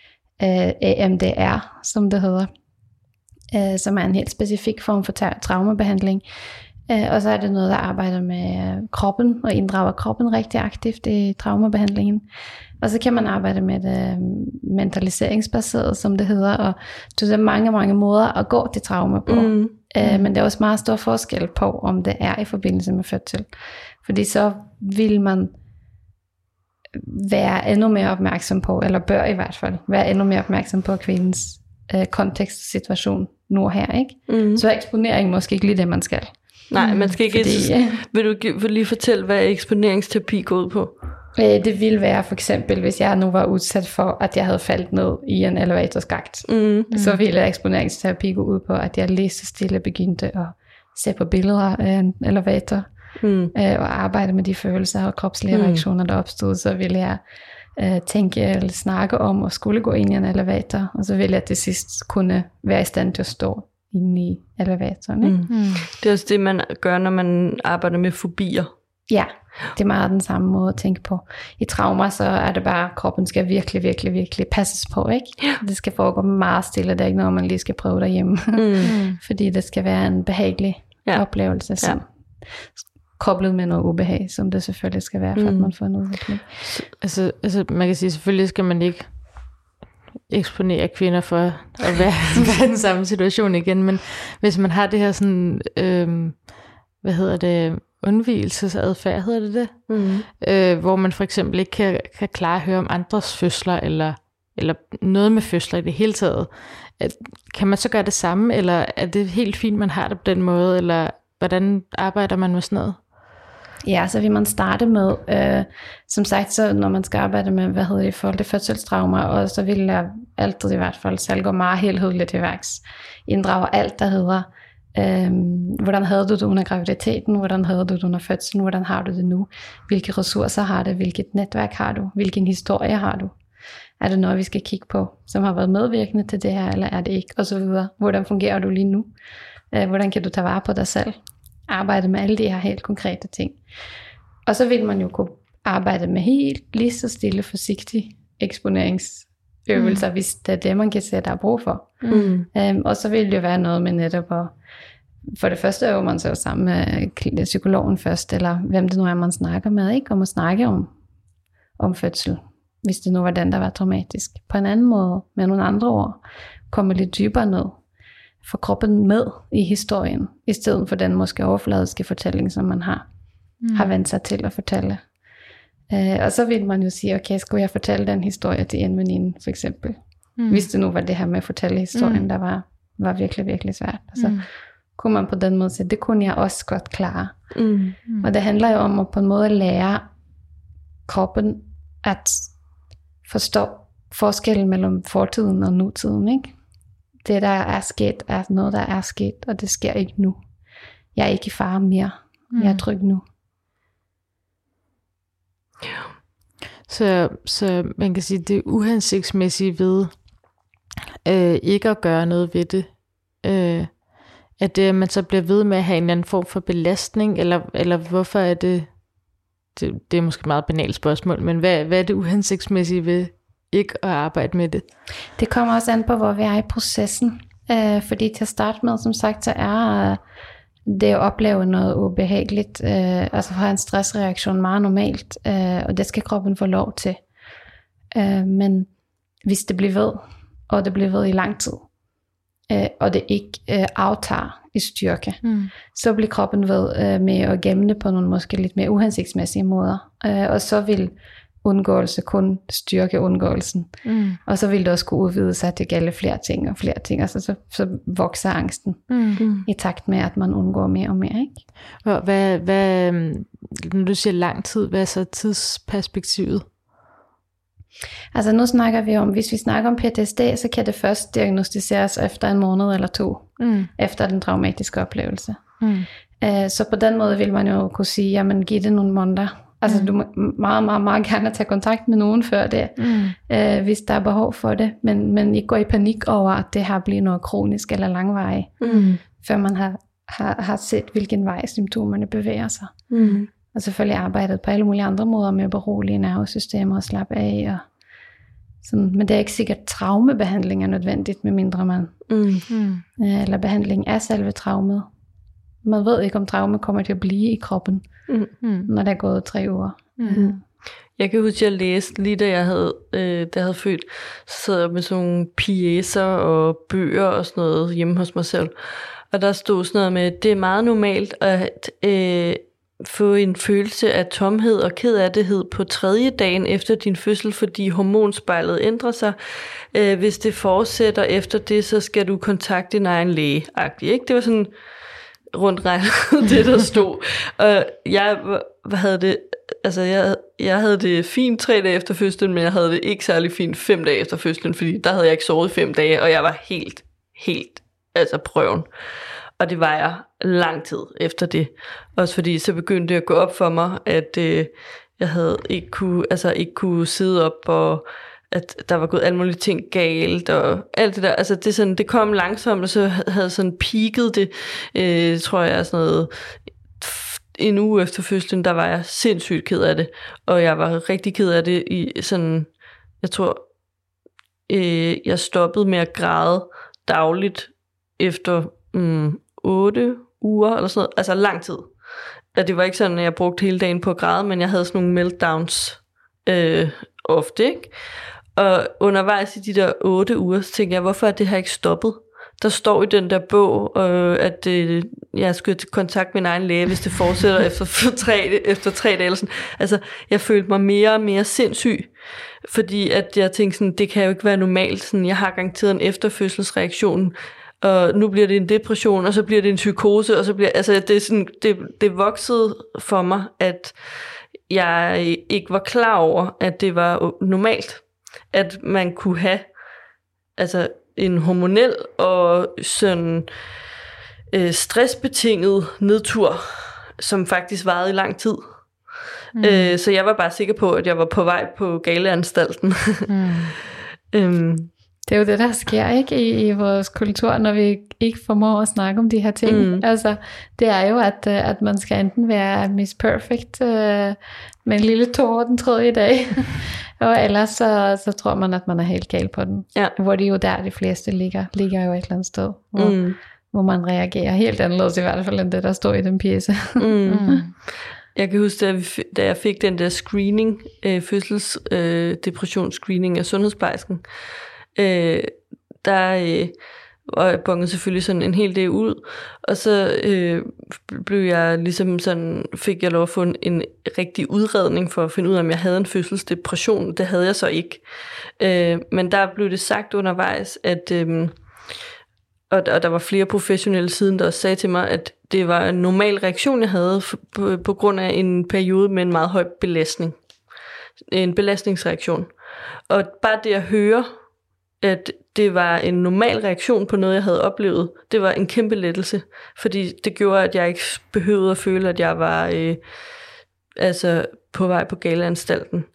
Speaker 2: EMDR, som det hedder, som er en helt specifik form for traumebehandling. Og så er det noget, der arbejder med kroppen, og inddrager kroppen rigtig aktivt i traumebehandlingen. Og så kan man arbejde med det mentaliseringsbaseret, som det hedder, og der er mange måder at gå til traume på. Men der er også meget stor forskel på, om det er i forbindelse med fødsel. Fordi så vil man være endnu mere opmærksom på, eller bør i hvert fald, være endnu mere opmærksom på kvindens kontekstsituation nu og her, ikke? Så er eksponering måske ikke lige det, man skal.
Speaker 1: Nej, man skal ikke. Vil du lige fortælle, hvad eksponeringsterapi går ud på?
Speaker 2: Det ville være for eksempel, hvis jeg nu var udsat for, at jeg havde faldet ned i en elevatorskakt. Så ville eksponeringsterapi gå ud på, at jeg lige så stille begyndte at se på billeder af en elevator, og arbejde med de følelser og kropslige reaktioner, der opstod. Så ville jeg tænke eller snakke om at skulle gå ind i en elevator, og så ville jeg til sidst kunne være i stand til at stå inde i elevatoren. Ikke?
Speaker 1: Det er også det, man gør, når man arbejder med fobier.
Speaker 2: Ja, det er meget den samme måde at tænke på. I traumer, så er det bare, at kroppen skal virkelig passes på, ikke? Ja. Det skal foregå meget stille, det er ikke noget, man lige skal prøve derhjemme. Fordi det skal være en behagelig oplevelse, som koblet med noget ubehag, som det selvfølgelig skal være, for at man får en udvikling.
Speaker 3: Altså man kan sige, selvfølgelig skal man ikke eksponere kvinder for at være i den samme situation igen, men hvis man har det her sådan, undvigelsesadfærd, hedder det? Hvor man for eksempel ikke kan klare at høre om andres fødsler, eller noget med fødsler i det hele taget. Kan man så gøre det samme, eller er det helt fint, man har det på den måde, eller hvordan arbejder man med sådan noget?
Speaker 2: Ja, så vil man starte med, som sagt, så når man skal arbejde med, i forhold til fødselstraumer, og så vil jeg altid i hvert fald selv gå meget helhedeligt til værks. Inddrage alt, der hedder, hvordan havde du det under graviditeten, hvordan havde du det under fødslen, hvordan har du det nu, hvilke ressourcer har du, hvilket netværk har du, hvilken historie har du, er det noget, vi skal kigge på, som har været medvirkende til det her, eller er det ikke, og så videre. Hvordan fungerer du lige nu, hvordan kan du tage vare på dig selv, arbejde med alle de her helt konkrete ting. Og så vil man jo kunne arbejde med helt lige så stille, forsigtig eksponeringsøvelser, hvis det er det, man kan se, der er brug for. Og så vil det jo være noget med netop at, for det første øver man sig jo sammen med psykologen først, eller hvem det nu er, man snakker med, ikke? Om at snakke om fødsel, hvis det nu var den, der var traumatisk. På en anden måde, med nogle andre ord, komme lidt dybere ned, få kroppen med i historien, i stedet for den måske overfladiske fortælling, som man har vendt sig til at fortælle. Og så vil man jo sige, okay, skulle jeg fortælle den historie til en veninde, for eksempel. Hvis det nu var det her med at fortælle historien, der var virkelig svært. Og så kunne man på den måde sige, det kunne jeg også godt klare. Og det handler jo om at på en måde lære kroppen at forstå forskellen mellem fortiden og nutiden, ikke? Det, der er sket, er noget, der er sket, og det sker ikke nu. Jeg er ikke i fare mere. Jeg er tryg nu.
Speaker 3: Så man kan sige, det uhensigtsmæssige ved ikke at gøre noget ved det, at det, man så bliver ved med at have en eller anden form for belastning, eller hvorfor er det er måske et meget banalt spørgsmål, men hvad er det uhensigtsmæssige ved ikke at arbejde med det?
Speaker 2: Det kommer også an på, hvor vi er i processen. Fordi til at starte med, som sagt, så er det at opleve noget ubehageligt, altså har en stressreaktion meget normalt, og det skal kroppen få lov til. Men hvis det bliver ved, og det bliver ved i lang tid, og det ikke aftager i styrke, så bliver kroppen ved med at gemme det på nogle måske lidt mere uhensigtsmæssige måder, og så vil undgåelse kun styrke undgåelsen, og så vil det også kunne udvide sig til at gælde flere ting, og så vokser angsten i takt med, at man undgår mere og mere, ikke?
Speaker 3: Hvad, når du siger lang tid, hvad er så tidsperspektivet?
Speaker 2: Altså nu snakker vi om, hvis vi snakker om PTSD, så kan det først diagnostiseres efter 1 måned eller 2, efter den traumatiske oplevelse. Så på den måde vil man jo kunne sige, jamen giv det nogle måneder. Altså du må meget, meget, meget gerne tage kontakt med nogen før det, hvis der er behov for det, men ikke gå i panik over, at det her bliver noget kronisk eller langvarigt, før man har set, hvilken vej symptomerne bevæger sig. Og selvfølgelig arbejdet på alle mulige andre måder med at berolige nervesystemer og slappe af. Og sådan. Men det er ikke sikkert, at traumebehandling er nødvendigt, medmindre man eller behandling af selve traumet. Man ved ikke, om traume kommer til at blive i kroppen, når der er gået 3 uger.
Speaker 1: Jeg kan huske, at jeg læste, lige da jeg havde født, så sad jeg med sådan nogle pjecer og bøger og sådan noget hjemme hos mig selv. Og der stod sådan noget med, at det er meget normalt at få en følelse af tomhed og kedattighed på 3. dagen efter din fødsel, fordi hormonspejlet ændrer sig. Hvis det fortsætter efter det, så skal du kontakte din egen læge. Ikke? Det var sådan rundt regnet det, der stod. Og jeg havde det, altså jeg havde det fint 3 dage efter fødslen, men jeg havde det ikke særlig fint 5 dage efter fødslen, fordi der havde jeg ikke sovet 5 dage, og jeg var helt prøven. Og det var jeg lang tid efter det. Også fordi så begyndte det at gå op for mig, at jeg havde ikke kunne sidde op, og at der var gået alle mulige ting galt, og alt det der. Altså det kom langsomt, og så havde sådan peaket det, tror jeg, sådan noget. En uge efter fødslen, der var jeg sindssygt ked af det. Og jeg var rigtig ked af det i sådan, jeg tror, jeg stoppede med at græde dagligt efter 8 uger eller sådan noget, altså lang tid. At det var ikke sådan, at jeg brugte hele dagen på at græde, men jeg havde sådan nogle meltdowns ofte, ikke? Og undervejs i de der 8 uger, så tænkte jeg, hvorfor er det her ikke stoppet? Der står i den der bog, at jeg skulle have kontakt med min egen læge, hvis det fortsætter efter 3 dage eller sådan. Altså, jeg følte mig mere og mere sindssyg, fordi at jeg tænkte sådan, det kan jo ikke være normalt. Sådan, jeg har garanteret en efterfødselsreaktion, og nu bliver det en depression, og så bliver det en psykose, og så bliver, altså det er sådan, det voksede for mig, at jeg ikke var klar over, at det var normalt, at man kunne have altså en hormonel og sådan stressbetinget nedtur, som faktisk varede i lang tid. Så jeg var bare sikker på, at jeg var på vej på galeanstalten.
Speaker 2: Det er jo det, der sker, ikke, i vores kultur, når vi ikke formår at snakke om de her ting. Altså, det er jo, at man skal enten være Miss Perfect med en lille tår den 3. dag, og ellers så tror man, at man er helt gal på den. Ja. Hvor det jo der, de fleste ligger jo et eller andet sted, hvor man reagerer helt anderledes i hvert fald, end det, der står i den pjece.
Speaker 1: Jeg kan huske, da jeg fik den der screening, fødselsdepressionsscreening af sundhedsplejersken, der og jeg bongede selvfølgelig sådan en hel del ud, og så blev jeg ligesom sådan, fik jeg lov at få en rigtig udredning for at finde ud af, om jeg havde en fødselsdepression. Det havde jeg så ikke. Men der blev det sagt undervejs, at og der var flere professionelle siden, der også sagde til mig, at det var en normal reaktion, jeg havde på grund af en periode med en meget høj belastning. En belastningsreaktion. Og bare det at høre, at det var en normal reaktion på noget, jeg havde oplevet, det var en kæmpe lettelse, fordi det gjorde, at jeg ikke behøvede at føle, at jeg var på vej på galeanstalten.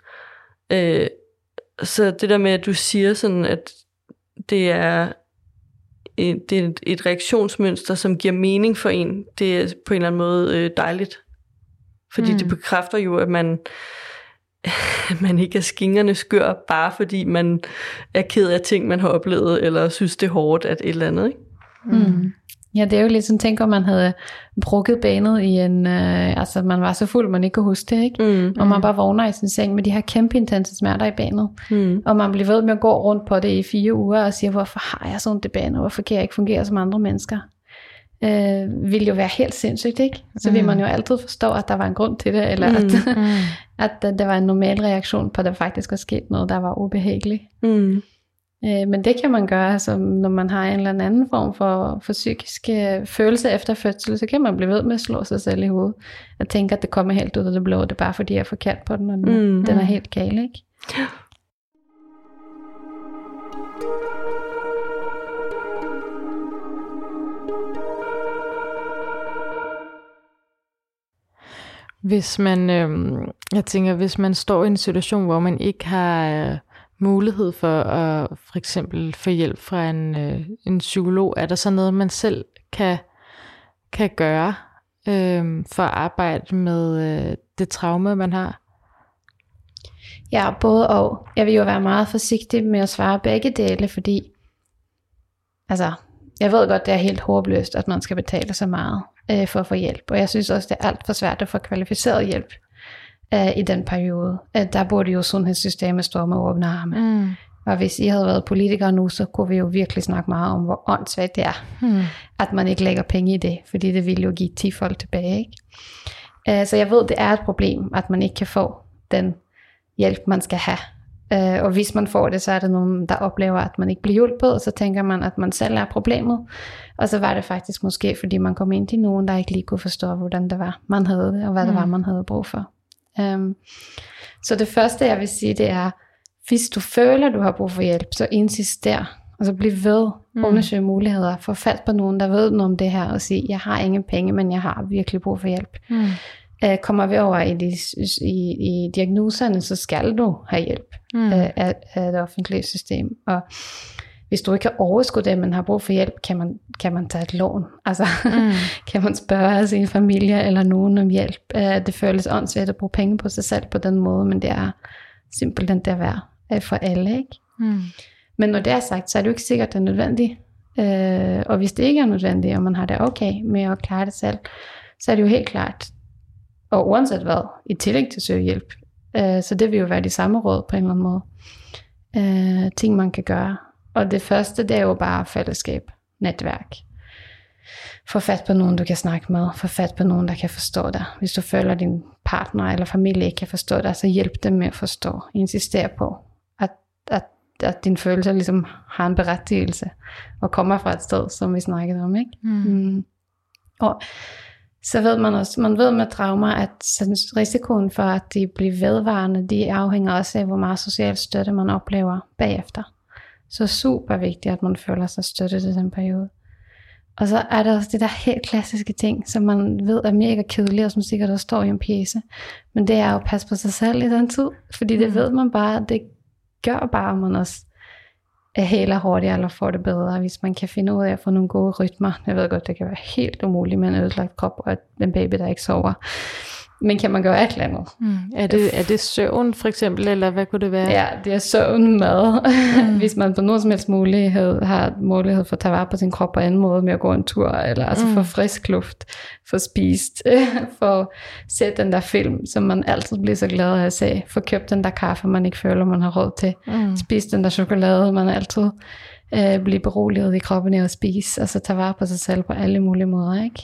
Speaker 1: Så det der med, at du siger sådan, at det er et reaktionsmønster, som giver mening for en, det er på en eller anden måde dejligt. Fordi det bekræfter jo, at man ikke er skingerne skør, bare fordi man er ked af ting, man har oplevet, eller synes, det er hårdt at et eller andet. Ikke?
Speaker 2: Ja, det er jo lidt sådan, tænker man havde brukket banet i en, altså man var så fuld, man ikke kunne huske det, ikke? Og man bare vågner i sin seng med de her kæmpe intense smerter i banet. Og man bliver ved med at gå rundt på det i 4 uger og siger, hvorfor har jeg sådan det banet? Hvorfor kan jeg ikke fungere som andre mennesker? Vil jo være helt sindssygt, ikke? Så vil man jo altid forstå, at der var en grund til det, eller at der var en normal reaktion på, at der faktisk var sket noget, der var ubehageligt. Men det kan man gøre, altså, når man har en eller anden form for psykisk følelse efter fødsel, så kan man blive ved med at slå sig selv i hovedet. Og tænke, at det kommer helt ud af det blå, det er bare fordi, jeg er forkert på den, og den er helt gal, ikke?
Speaker 3: Hvis man, jeg tænker, hvis man står i en situation, hvor man ikke har mulighed for at for eksempel få hjælp fra en psykolog, er der så noget, man selv kan gøre for at arbejde med det traume, man har?
Speaker 2: Ja, både og. Jeg vil jo være meget forsigtig med at svare begge dele, fordi altså, jeg ved godt, det er helt håbløst, at man skal betale så meget for at få hjælp. Og jeg synes også, det er alt for svært at få kvalificeret hjælp i den periode. Der burde jo sundhedssystemet stå med åbne arme. Og hvis I havde været politikere nu, så kunne vi jo virkelig snakke meget om, hvor åndssvagt det er, at man ikke lægger penge i det, fordi det ville jo give 10-fold tilbage, ikke? Så jeg ved, det er et problem, at man ikke kan få den hjælp, man skal have. Og hvis man får det, så er det nogen, der oplever, at man ikke bliver hjulpet, og så tænker man, at man selv er problemet. Og så var det faktisk måske, fordi man kom ind til nogen, der ikke lige kunne forstå, hvordan det var, man havde det, og hvad det var, man havde brug for. Så det første, jeg vil sige, det er, hvis du føler, du har brug for hjælp, så insister. Altså bliv ved, undersøge muligheder, få fat på nogen, der ved noget om det her, og sige, jeg har ingen penge, men jeg har virkelig brug for hjælp. Kommer vi over i diagnoserne, så skal du have hjælp af det offentlige system. Og hvis du ikke kan overskue det, men har brug for hjælp, kan man tage et lån. Altså, kan man spørge sin familie eller nogen om hjælp. Det føles åndssvagt at bruge penge på sig selv på den måde, men det er simpelthen det værd for alle, ikke? Men når det er sagt, så er det jo ikke sikkert, at det er nødvendigt. Og hvis det ikke er nødvendigt, og man har det okay med at klare det selv, så er det jo helt klart, og uanset hvad, i tillæg til at søge hjælp. Så det vil jo være de samme råd på en eller anden måde. Ting man kan gøre. Og det første, det er jo bare fællesskab, netværk. Få fat på nogen, du kan snakke med. Få fat på nogen, der kan forstå dig. Hvis du føler, at din partner eller familie ikke kan forstå dig, så hjælp dem med at forstå. Insister på, at din følelse ligesom har en berettigelse, og kommer fra et sted, som vi snakkede om, ikke? Og så ved man også, man ved med traumer, at risikoen for, at de bliver vedvarende, de afhænger også af, hvor meget social støtte man oplever bagefter. Så super vigtigt, at man føler sig støttet i den periode. Og så er der også det der helt klassiske ting, som man ved er mega kedeligt, og som sikkert også står i en pjece. Men det er jo at passe på sig selv i den tid, fordi det ved man bare, det gør bare, at man også heler hurtigere eller får det bedre, hvis man kan finde ud af at få nogle gode rytmer. Jeg ved godt, det kan være helt umuligt med en ødelagt krop og en baby, der ikke sover. Men kan man gøre et eller andet?
Speaker 3: Er det søvn for eksempel, eller hvad kunne det være?
Speaker 2: Ja, det er søvn, mad. Hvis man på nogen som helst mulighed har mulighed for at tage vare på sin krop på anden måde med at gå en tur, eller altså få frisk luft, få spist, få set den der film, som man altid bliver så glad af at se, få købt den der kaffe, man ikke føler, man har råd til, spise den der chokolade, man altid bliver beroliget i kroppen af at spise, altså tage vare på sig selv på alle mulige måder, ikke?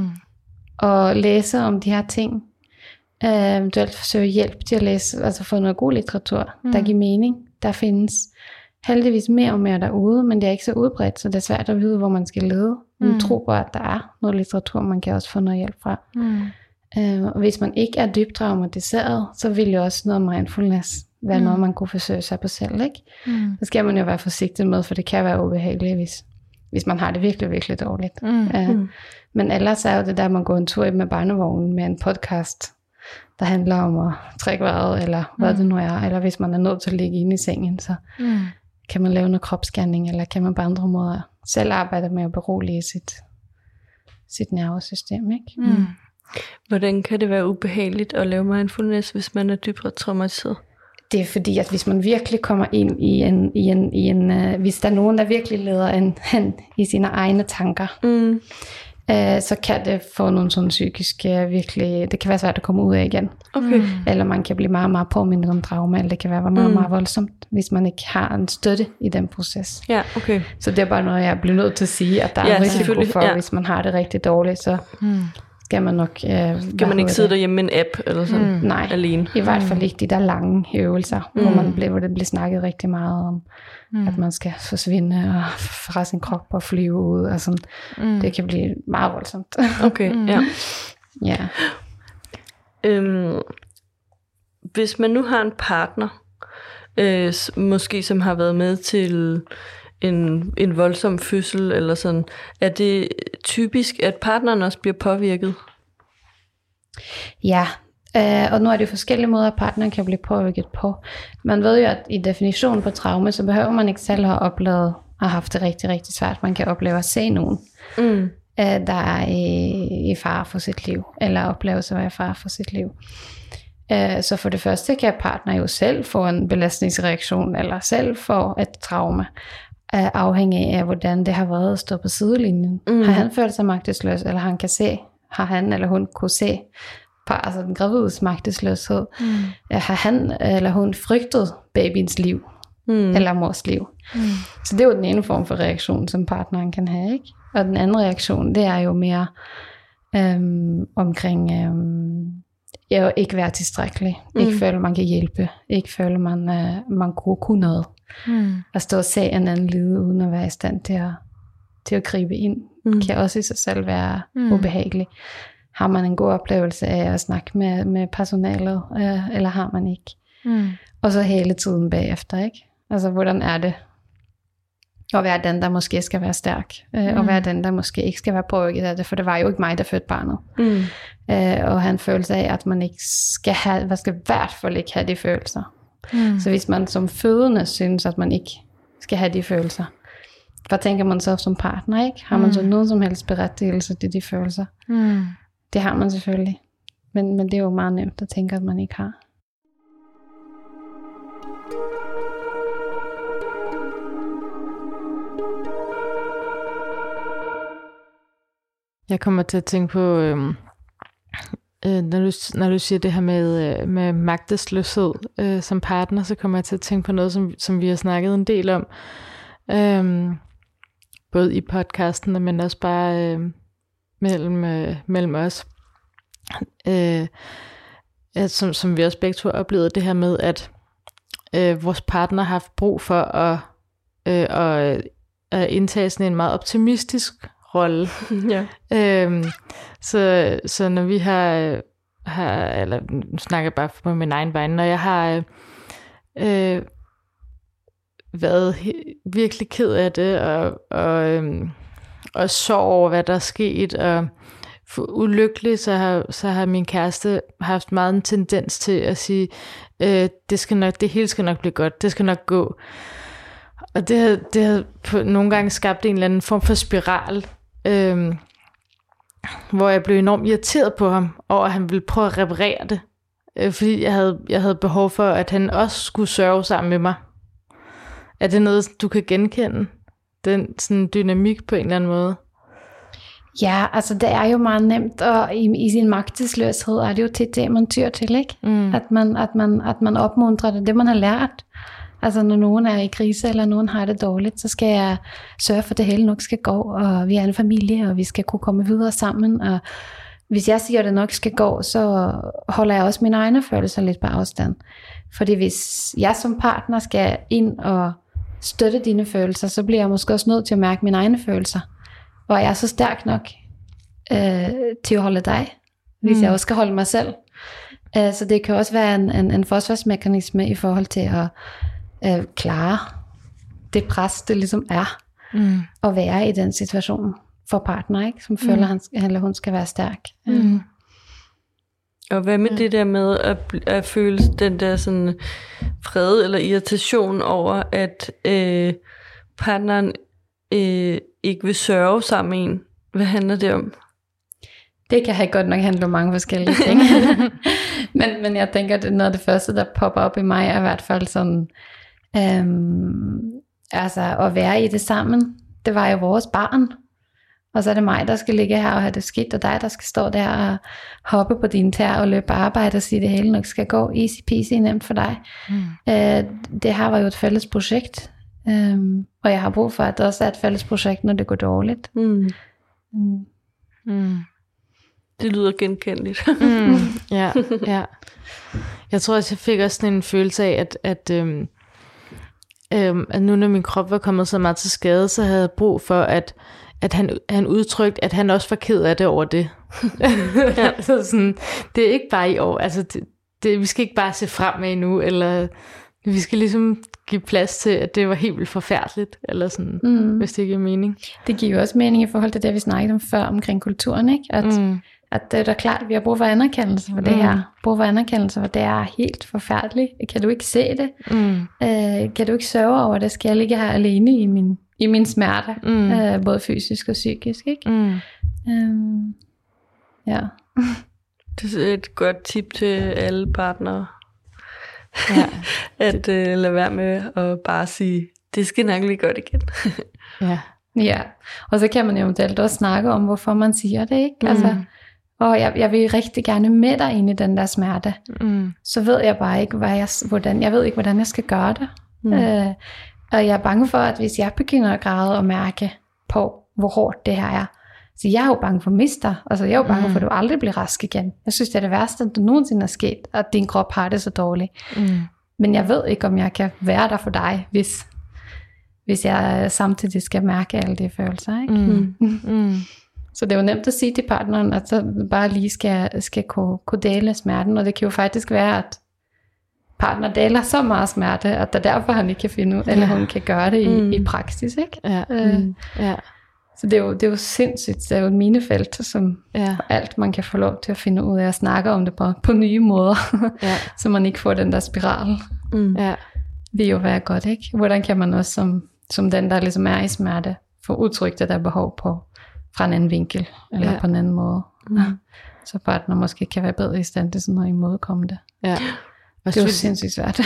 Speaker 2: Og læse om de her ting, eventuelt forsøge hjælp til at læse, altså få noget god litteratur, der giver mening. Der findes heldigvis mere og mere derude, men det er ikke så udbredt, så det er svært at vide, hvor man skal lede. Men tro på, at der er noget litteratur, man kan også få noget hjælp fra. Og hvis man ikke er dybt traumatiseret, så vil jo også noget mindfulness være noget, man kunne forsøge sig på selv, ikke? Så skal man jo være forsigtig med, for det kan være ubehageligt, hvis man har det virkelig, virkelig dårligt. Men ellers er jo det der, man går en tur med barnevognen med en podcast, der handler om at trække vejret, eller hvad det nu er, eller hvis man er nødt til at ligge inde i sengen, så kan man lave noget kropsscanning, eller kan man på andre måder selv arbejde med at berolige sit nervesystem, ikke?
Speaker 1: Hvordan kan det være ubehageligt at lave mindfulness, hvis man er dybt traumatiseret?
Speaker 2: det er fordi, at hvis man virkelig kommer ind i en hvis der er nogen, der virkelig leder hen i sine egne tanker, så kan det få nogle sådan psykiske, virkelig, det kan være svært at komme ud af igen.
Speaker 1: Okay.
Speaker 2: Eller man kan blive meget, meget påmindet om trauma, eller det kan være meget, meget voldsomt, hvis man ikke har en støtte i den proces.
Speaker 1: Ja, okay.
Speaker 2: Så det er bare noget, jeg bliver nødt til at sige, at der er en risiko for, hvis man har det rigtig dårligt, så skal man nok...
Speaker 1: Skal man ikke sidde derhjemme med en app, eller sådan,
Speaker 2: nej,
Speaker 1: alene?
Speaker 2: I hvert fald ikke de der lange øvelser, hvor det bliver snakket rigtig meget om, at man skal forsvinde og fra sin krop og flyve ud, og sådan. Det kan blive meget voldsomt.
Speaker 1: Okay, ja.
Speaker 2: Ja.
Speaker 1: Hvis man nu har en partner, måske som har været med til en voldsom fødsel, eller sådan, er det typisk, at partneren også bliver påvirket?
Speaker 2: Ja, og nu er det jo forskellige måder, at partneren kan blive påvirket på. Man ved jo, at i definitionen på traume, så behøver man ikke selv have oplevet og have haft det rigtig, rigtig svært. Man kan opleve at se nogen, der er i fare for sit liv, eller opleve sig at være i fare for sit liv. Så for det første kan partner jo selv få en belastningsreaktion, eller selv få et traume, afhængig af, hvordan det har været at stå på sidelinjen. Har han følt sig magtesløs, eller har han eller hun kunne se altså den gravides magtesløshed? Har han eller hun frygtet babyens liv, eller mors liv? Så det er jo den ene form for reaktion, som partneren kan have, ikke? Og den anden reaktion, det er jo mere omkring ikke være tilstrækkelig, ikke føle, man kan hjælpe, ikke føle, man kunne noget. At stå og se en anden lide, uden at være i stand til at gribe ind, kan også i sig selv være ubehageligt. Har man en god oplevelse af at snakke med personalet, eller har man ikke? Og så hele tiden bagefter, ikke? Altså, hvordan er det at være den, der måske skal være stærk, og være den, der måske ikke skal være påvirket af det, for det var jo ikke mig, der fødte barnet. Og han følelse af, at man ikke skal have, i hvert fald ikke have de følelser. Så hvis man som fødende synes, at man ikke skal have de følelser, hvad tænker man så som partner, ikke? Har man så nogen som helst berettigelse til de følelser? Det har man selvfølgelig. Men det er jo meget nemt at tænke, at man ikke har.
Speaker 3: Jeg kommer til at tænke på, når du siger det her med magtesløshed som partner, så kommer jeg til at tænke på noget, som vi har snakket en del om. Både i podcasten, men også bare mellem os. Som vi også begge to har oplevet, det her med, at vores partner har haft brug for at indtage sådan en meget optimistisk rolle.
Speaker 1: Ja.
Speaker 3: Så når vi har eller nu snakker jeg bare på min egen vej, når jeg har været virkelig ked af det, og sorg over, hvad der er sket, og ulykkelig, så har min kæreste haft meget en tendens til at sige, det hele skal nok blive godt, det skal nok gå. Og det har nogle gange skabt en eller anden form for spiral, hvor jeg blev enormt irriteret på ham, over at han ville prøve at reparere det. Fordi jeg havde behov for, at han også skulle sørge sammen med mig. Er det noget, du kan genkende? Den sådan dynamik på en eller anden måde?
Speaker 2: Ja, altså det er jo meget nemt, og i sin magtesløshed er det jo tit det, man tyr til, ikke? At man opmuntrer det man har lært. Altså når nogen er i krise, eller nogen har det dårligt, så skal jeg sørge for, at det hele nok skal gå, og vi er en familie, og vi skal kunne komme videre sammen, og hvis jeg siger, at det nok skal gå, så holder jeg også mine egne følelser lidt på afstand. Fordi hvis jeg som partner skal ind og støtte dine følelser, så bliver jeg måske også nødt til at mærke mine egne følelser. Og jeg er så stærk nok til at holde dig, hvis jeg også skal holde mig selv. Så det kan også være en forsvarsmekanisme i forhold til at klare det pres, det ligesom er at være i den situation for partner, ikke? Som føler, han eller hun skal være stærk.
Speaker 1: Og hvad med det der med at føle den der sådan fred eller irritation over, at partneren ikke vil sørge sammen med en? Hvad handler det om?
Speaker 2: Det kan have godt nok handle om mange forskellige ting. Men jeg tænker, at noget af det første, der popper op i mig, er i hvert fald sådan, altså at være i det sammen. Det var jo vores barn. Og så er det mig, der skal ligge her og have det skidt, og dig, der skal stå der og hoppe på dine tær og løbe arbejde og sige, at det hele nok skal gå easy peasy, nemt for dig. Det her var jo et fælles projekt, og jeg har brug for, at det også er et fælles projekt, når det går dårligt.
Speaker 1: Det lyder genkendeligt.
Speaker 3: Ja. Jeg tror også, jeg fik også sådan en følelse af, at nu når min krop var kommet så meget til skade, så havde jeg brug for, at han udtrykte, at han også var ked af det over det. Altså sådan, det er ikke bare i år, altså vi skal ikke bare se fremad nu, eller vi skal ligesom give plads til, at det var helt vildt forfærdeligt, eller sådan, hvis det giver mening.
Speaker 2: Det giver jo også mening i forhold til det, vi snakkede om før, omkring kulturen, ikke? At det er da klart, at vi har brug for anerkendelse for det her. Brug for anerkendelse for det er helt forfærdeligt. Kan du ikke se det? Kan du ikke sørge over det? Skal jeg ligge her alene i min smerte? Både fysisk og psykisk, ikke? Ja.
Speaker 1: Det er et godt tip til alle partnere. At lade være med at bare sige, det skal nok lige godt igen.
Speaker 2: Ja, og så kan man jo eventuelt også snakke om, hvorfor man siger det, ikke? Altså, og jeg vil rigtig gerne med dig ind i den der smerte. Så ved jeg bare ikke, hvordan jeg skal gøre det. Og jeg er bange for, at hvis jeg begynder at græde og mærke på, hvor hårdt det her er, så jeg er jo bange for at miste dig. Altså jeg er jo bange for, at du aldrig bliver rask igen. Jeg synes, det er det værste, der nogensinde er sket, at din krop har det så dårligt. Men jeg ved ikke, om jeg kan være der for dig, hvis jeg samtidig skal mærke alle de følelser, ikke? Så det er jo nemt at sige til partneren, at så bare lige skal kunne dele smerten, og det kan jo faktisk være, at partner deler så meget smerte, at der derfor han ikke kan finde ud, eller hun kan gøre det i praksis, ikke? Så det er jo sindssygt, det er jo et minefelt, som alt man kan få lov til at finde ud af at snakke om det på nye måder, så man ikke får den der spiral. Vil jo være godt, ikke? Hvordan kan man også som den, der ligesom er i smerte, få udtrykt det der behov på fra en anden vinkel, eller på en anden måde. Så partner måske kan være bedre i stand til sådan at imødekomme det. Det er jo sindssygt svært.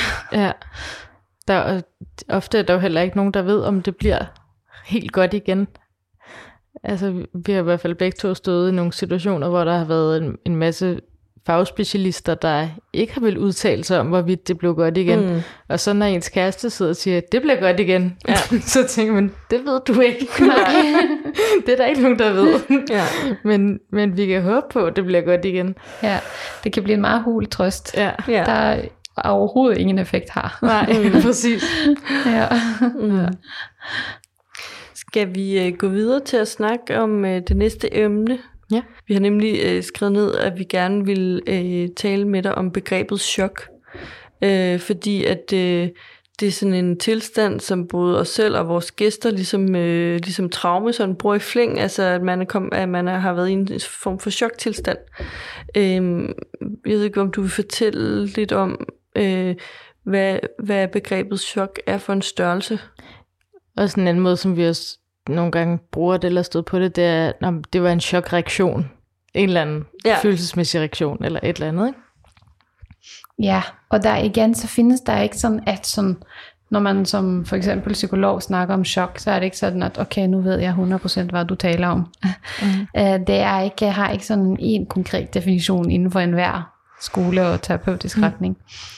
Speaker 3: Ofte er der jo heller ikke nogen, der ved, om det bliver helt godt igen. Altså, vi har i hvert fald begge to stået i nogle situationer, hvor der har været en masse fagspecialister, der ikke har vel udtale sig om, hvorvidt det blev godt igen. Og så når ens kæreste sidder og siger, det bliver godt igen, så tænker man, det ved du ikke. Det er der ikke nogen, der ved. Men vi kan håbe på, at det bliver godt igen.
Speaker 2: Ja, det kan blive en meget hul trøst, der overhovedet ingen effekt har.
Speaker 3: Nej, præcis.
Speaker 1: Skal vi gå videre til at snakke om det næste emne?
Speaker 3: Ja.
Speaker 1: Vi har nemlig skrevet ned, at vi gerne vil tale med dig om begrebet chok. Fordi at det er sådan en tilstand, som både os selv og vores gæster ligesom traume, sådan bruger i flæng. Altså at man har været i en form for choktilstand. Jeg ved ikke, om du vil fortælle lidt om, hvad begrebet chok er for en størrelse.
Speaker 3: Og sådan en anden måde, som vi også nogle gange bruger det eller stod på det, det er, det var en chokreaktion. En eller anden følelsesmæssig reaktion, eller et eller andet, ikke?
Speaker 2: Ja, og der igen, så findes der ikke sådan, at sådan, når man som for eksempel psykolog snakker om chok, så er det ikke sådan, at okay, nu ved jeg 100% hvad du taler om. Det er ikke, har ikke sådan en konkret definition inden for enhver skole og terapeutisk retning.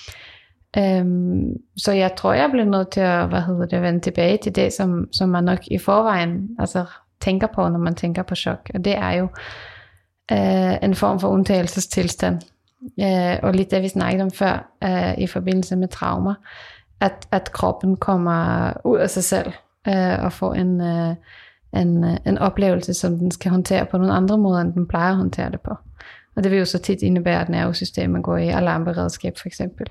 Speaker 2: Så jeg tror, jeg bliver nødt til at vende tilbage til det, som man nok i forvejen altså, tænker på, når man tænker på chok. Og det er jo en form for undtagelsestilstand. Og lidt det, vi snakkede om før, i forbindelse med traumer, at kroppen kommer ud af sig selv og får en oplevelse, som den skal håndtere på nogle andre måder, end den plejer at håndtere det på. Og det vil jo så tit indebære, at nervesystemet går i alarmberedskab for eksempel.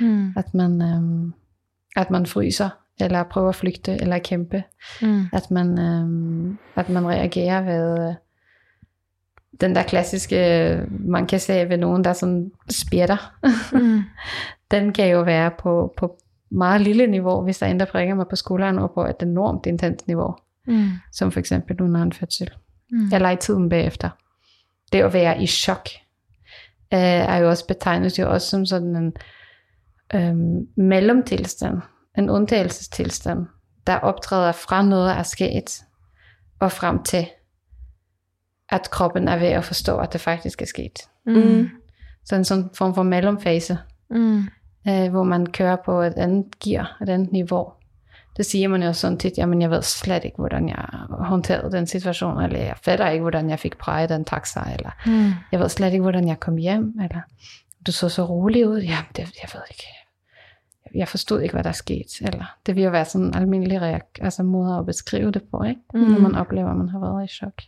Speaker 2: At man fryser, eller prøver at flygte, eller kæmpe. At man reagerer ved den der klassiske, man kan se ved nogen, der sådan spjætter. Den kan jo være på meget lille niveau, hvis der endda prikker mig på skulderen, og på et enormt intens niveau. Som for eksempel under en fødsel. Eller i tiden bagefter. Det at være i chok. er jo også betegnet jo også som sådan en mellemtilstand, en undtagelsestilstand, der optræder fra noget er sket, og frem til, at kroppen er ved at forstå, at det faktisk er sket. Så en sådan form for mellemfase, hvor man kører på et andet gear, et andet niveau. Det siger man jo sådan tit, jamen jeg ved slet ikke, hvordan jeg håndterede den situation, eller jeg fatter ikke, hvordan jeg fik præget den taxa, eller jeg ved slet ikke, hvordan jeg kom hjem, eller du så rolig ud, ja, jeg ved ikke, jeg forstod ikke, hvad der skete, eller det vil jo være sådan en almindelig måde at beskrive det på, ikke? Når man oplever, at man har været i chok.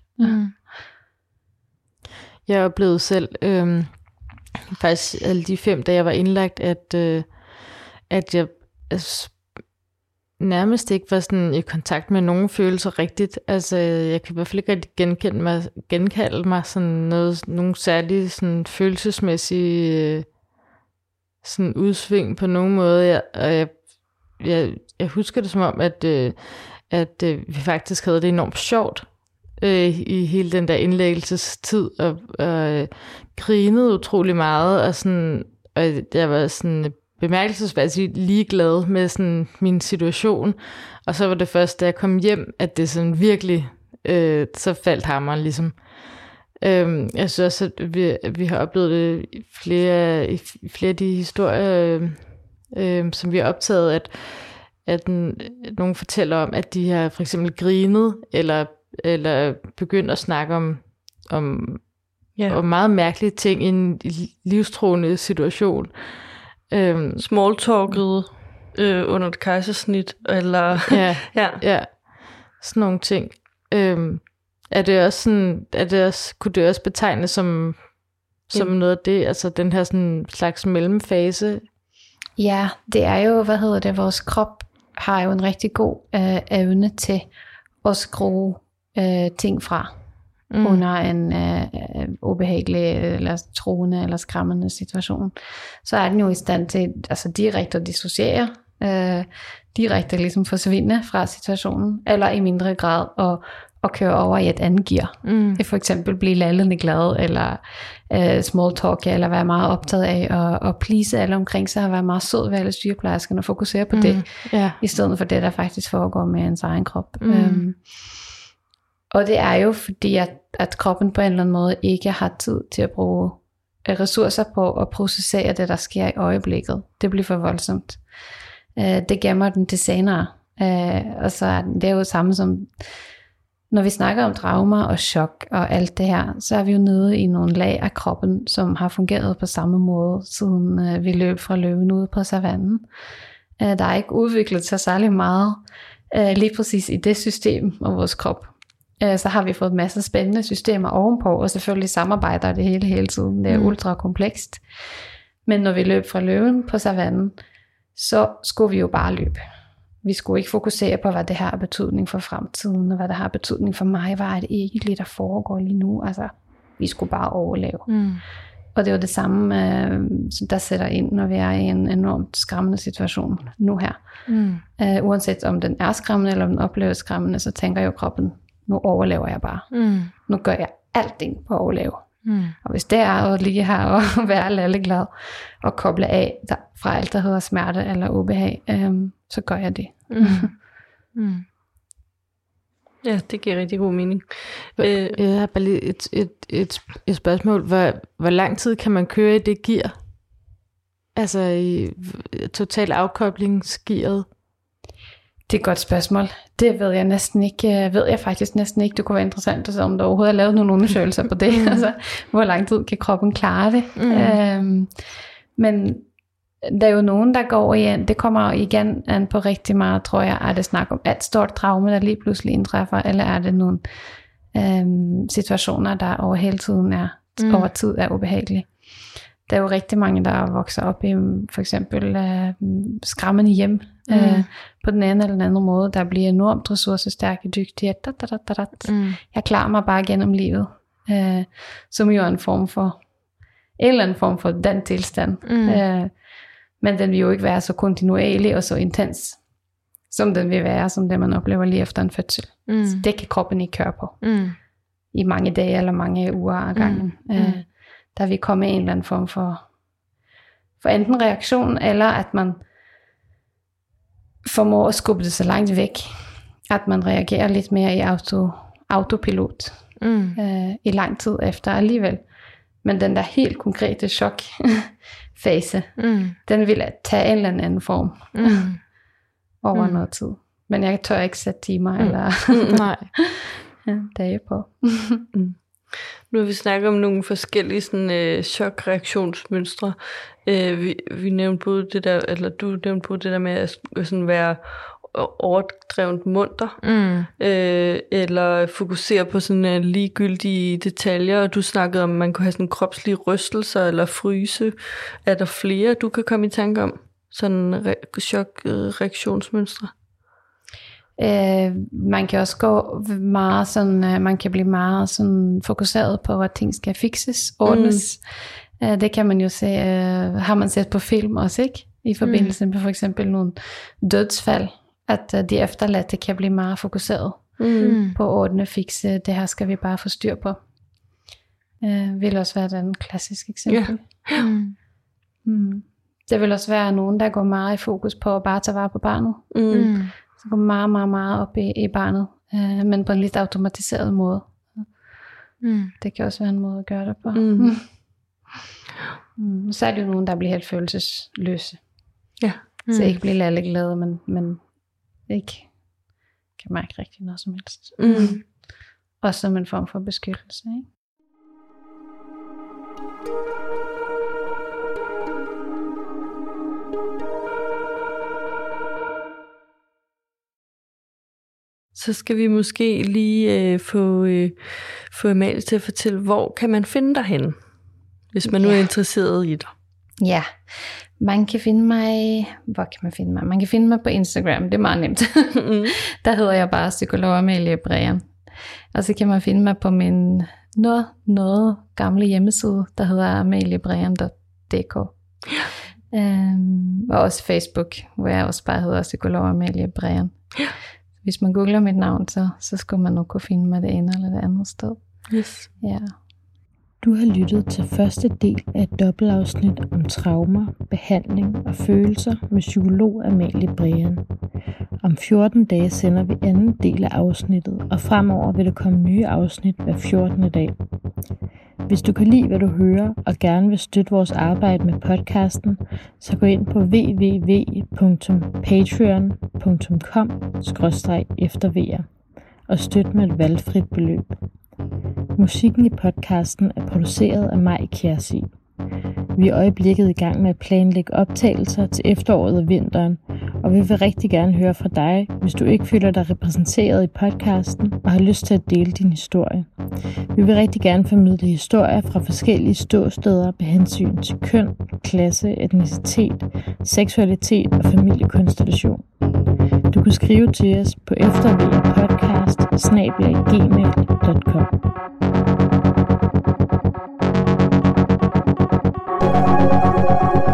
Speaker 3: Jeg oplevede selv, faktisk alle de 5 dage, jeg var indlagt, at jeg nærmest ikke var sådan i kontakt med nogen følelser rigtigt. Altså, jeg kan i hvert fald ikke rigtig genkalde mig sådan nogle særlige sådan følelsesmæssige sådan udsving på nogen måde. Jeg husker det som om, at vi faktisk havde det enormt sjovt i hele den der indlæggelsestid, og grinede utrolig meget, og jeg var sådan bemærkelsesværdigt ligeglad med sådan min situation, og så var det først, da jeg kom hjem, at det sådan virkelig, så faldt hammeren ligesom. Jeg synes også, at vi har oplevet det i flere af de historier, som vi har optaget, at nogen fortæller om, at de har for eksempel grinet, eller begyndt at snakke om meget mærkelige ting i en livstruende situation.
Speaker 1: Smalltalket under et kejsersnit, eller
Speaker 3: ja, sådan nogle ting. Kunne det også betegnes som noget af det, altså den her sådan slags mellemfase?
Speaker 2: Ja, det er jo, vores krop har jo en rigtig god evne til at skrue ting fra under en ubehagelig eller truende eller skræmmende situation. Så er den jo i stand til altså direkte at dissociere, direkte ligesom forsvinde fra situationen, eller i mindre grad at køre over i et andet gear. For eksempel blive lallende glad, eller small talk, eller være meget optaget af at please alle omkring sig, og være meget sød ved alle sygeplejerskerne, og fokusere på det, i stedet for det, der faktisk foregår med ens egen krop. Og det er jo fordi, at kroppen på en eller anden måde ikke har tid til at bruge ressourcer på at processere det, der sker i øjeblikket. Det bliver for voldsomt. Det gemmer den til senere. Og så er det jo samme som, når vi snakker om traumer og chok og alt det her, så er vi jo nede i nogle lag af kroppen, som har fungeret på samme måde, siden vi løb fra løven ude på savannen. Der er ikke udviklet sig særlig meget lige præcis i det system og vores krop. Så har vi fået masser af spændende systemer ovenpå, og selvfølgelig samarbejder det hele tiden. Det er ultra komplekst. Men når vi løb fra løven på savannen, så skulle vi jo bare løbe. Vi skulle ikke fokusere på, hvad det har betydning for fremtiden, og hvad det har betydning for mig, hvad er det egentlig, der foregår lige nu. Altså, vi skulle bare overleve. Og det er jo det samme, der sætter ind, når vi er i en enormt skræmmende situation nu her. Uanset om den er skræmmende, eller om den opleves skræmmende, så tænker jo kroppen, nu overlever jeg bare. Nu gør jeg alt ind på at overleve. Og hvis det er at ligge her og være lalleglad og koble af fra alt, der hedder smerte eller ubehag, så gør jeg det.
Speaker 1: Ja, det giver rigtig god mening.
Speaker 3: Jeg har bare lige et spørgsmål. Hvor lang tid kan man køre i det gear? Altså i total afkoblingsgearet?
Speaker 2: Det er et godt spørgsmål. Det ved jeg faktisk næsten ikke. Det kunne være interessant at se, om der overhovedet er lavet nogle undersøgelser på det. Altså, hvor lang tid kan kroppen klare det? Men der er jo nogen, der går igen. Det kommer igen an på rigtig meget, tror jeg. Er det snak om et stort traume, der lige pludselig indtræffer, eller er det nogle situationer, der over hele tiden over tid er ubehagelige? Der er jo rigtig mange, der vokser op i for eksempel skræmmende hjem på den ene eller den anden måde. Der bliver enormt ressourcestærke, dygtige. Jeg klarer mig bare gennem livet. Som jo er en eller anden form for den tilstand. Men den vil jo ikke være så kontinuerlig og så intens, som den vil være, som det man oplever lige efter en fødsel. Så det kan kroppen ikke køre på. I mange dage eller mange uger ad gangen. der vil komme en eller anden form for enten reaktion, eller at man formår at skubbe det så langt væk, at man reagerer lidt mere i autopilot i lang tid efter alligevel. Men den der helt konkrete chokfase, den vil tage en eller anden form over noget tid. Men jeg tør ikke sætte timer eller dage på.
Speaker 1: Nu har vi snakket om nogle forskellige sådan, chokreaktionsmønstre. Vi nævnte både det der, eller du nævnte både det der med at sådan være overdrevet munter, eller fokusere på sådan ligegyldige detaljer, og du snakkede om, at man kunne have sådan kropslige rystelser eller fryse. Er der flere, du kan komme i tanke om? Sådan chokreaktionsmønstre?
Speaker 2: Man kan også gå meget sådan, man kan blive meget sådan fokuseret på, at ting skal fikses, ordnes. Det kan man jo se, har man set på film også, ikke? I forbindelse med for eksempel nogle dødsfald, at de efterladte kan blive meget fokuseret på at ordne, fikse, det her skal vi bare få styr på. Vil også være et klassisk eksempel. Det vil også være nogen, der går meget i fokus på at bare tage vare på barnet. Så går meget, meget, meget op i barnet, men på en lidt automatiseret måde. Det kan også være en måde at gøre det på. Så er det jo nogen, der bliver helt følelsesløse. Så ikke bliver lalleglade, men ikke kan mærke rigtig noget som helst. Også som en form for beskyttelse, ikke?
Speaker 1: Så skal vi måske lige få Amalie til at fortælle, hvor kan man finde dig henne, hvis man nu er interesseret i dig?
Speaker 2: Ja, man kan finde mig, hvor kan man finde mig? Man kan finde mig på Instagram, det er meget nemt. Der hedder jeg bare psykolog Amalie Brean. Og så kan man finde mig på min noget gamle hjemmeside, der hedder amaliebrean.dk. Og også Facebook, hvor jeg også bare hedder psykolog Amalie Brean. Hvis man googler mit navn, så skal man nok kunne finde mig det ene eller det andet sted.
Speaker 1: Yes.
Speaker 2: Ja.
Speaker 4: Du har lyttet til første del af et dobbeltafsnit om traumer, behandling og følelser med psykolog Amalie Brean. Om 14 dage sender vi anden del af afsnittet, og fremover vil der komme nye afsnit hver 14. dag. Hvis du kan lide, hvad du hører, og gerne vil støtte vores arbejde med podcasten, så gå ind på www.patreon.com/eftervejer og støt med et valgfrit beløb. Musikken i podcasten er produceret af Maj Kjærsi. Vi er i øjeblikket i gang med at planlægge optagelser til efteråret og vinteren, og vi vil rigtig gerne høre fra dig, hvis du ikke føler dig repræsenteret i podcasten og har lyst til at dele din historie. Vi vil rigtig gerne formidle historier fra forskellige ståsteder med hensyn til køn, klasse, etnicitet, seksualitet og familiekonstellation. Du kan skrive til os på eftervejerpodcast@gmail.com.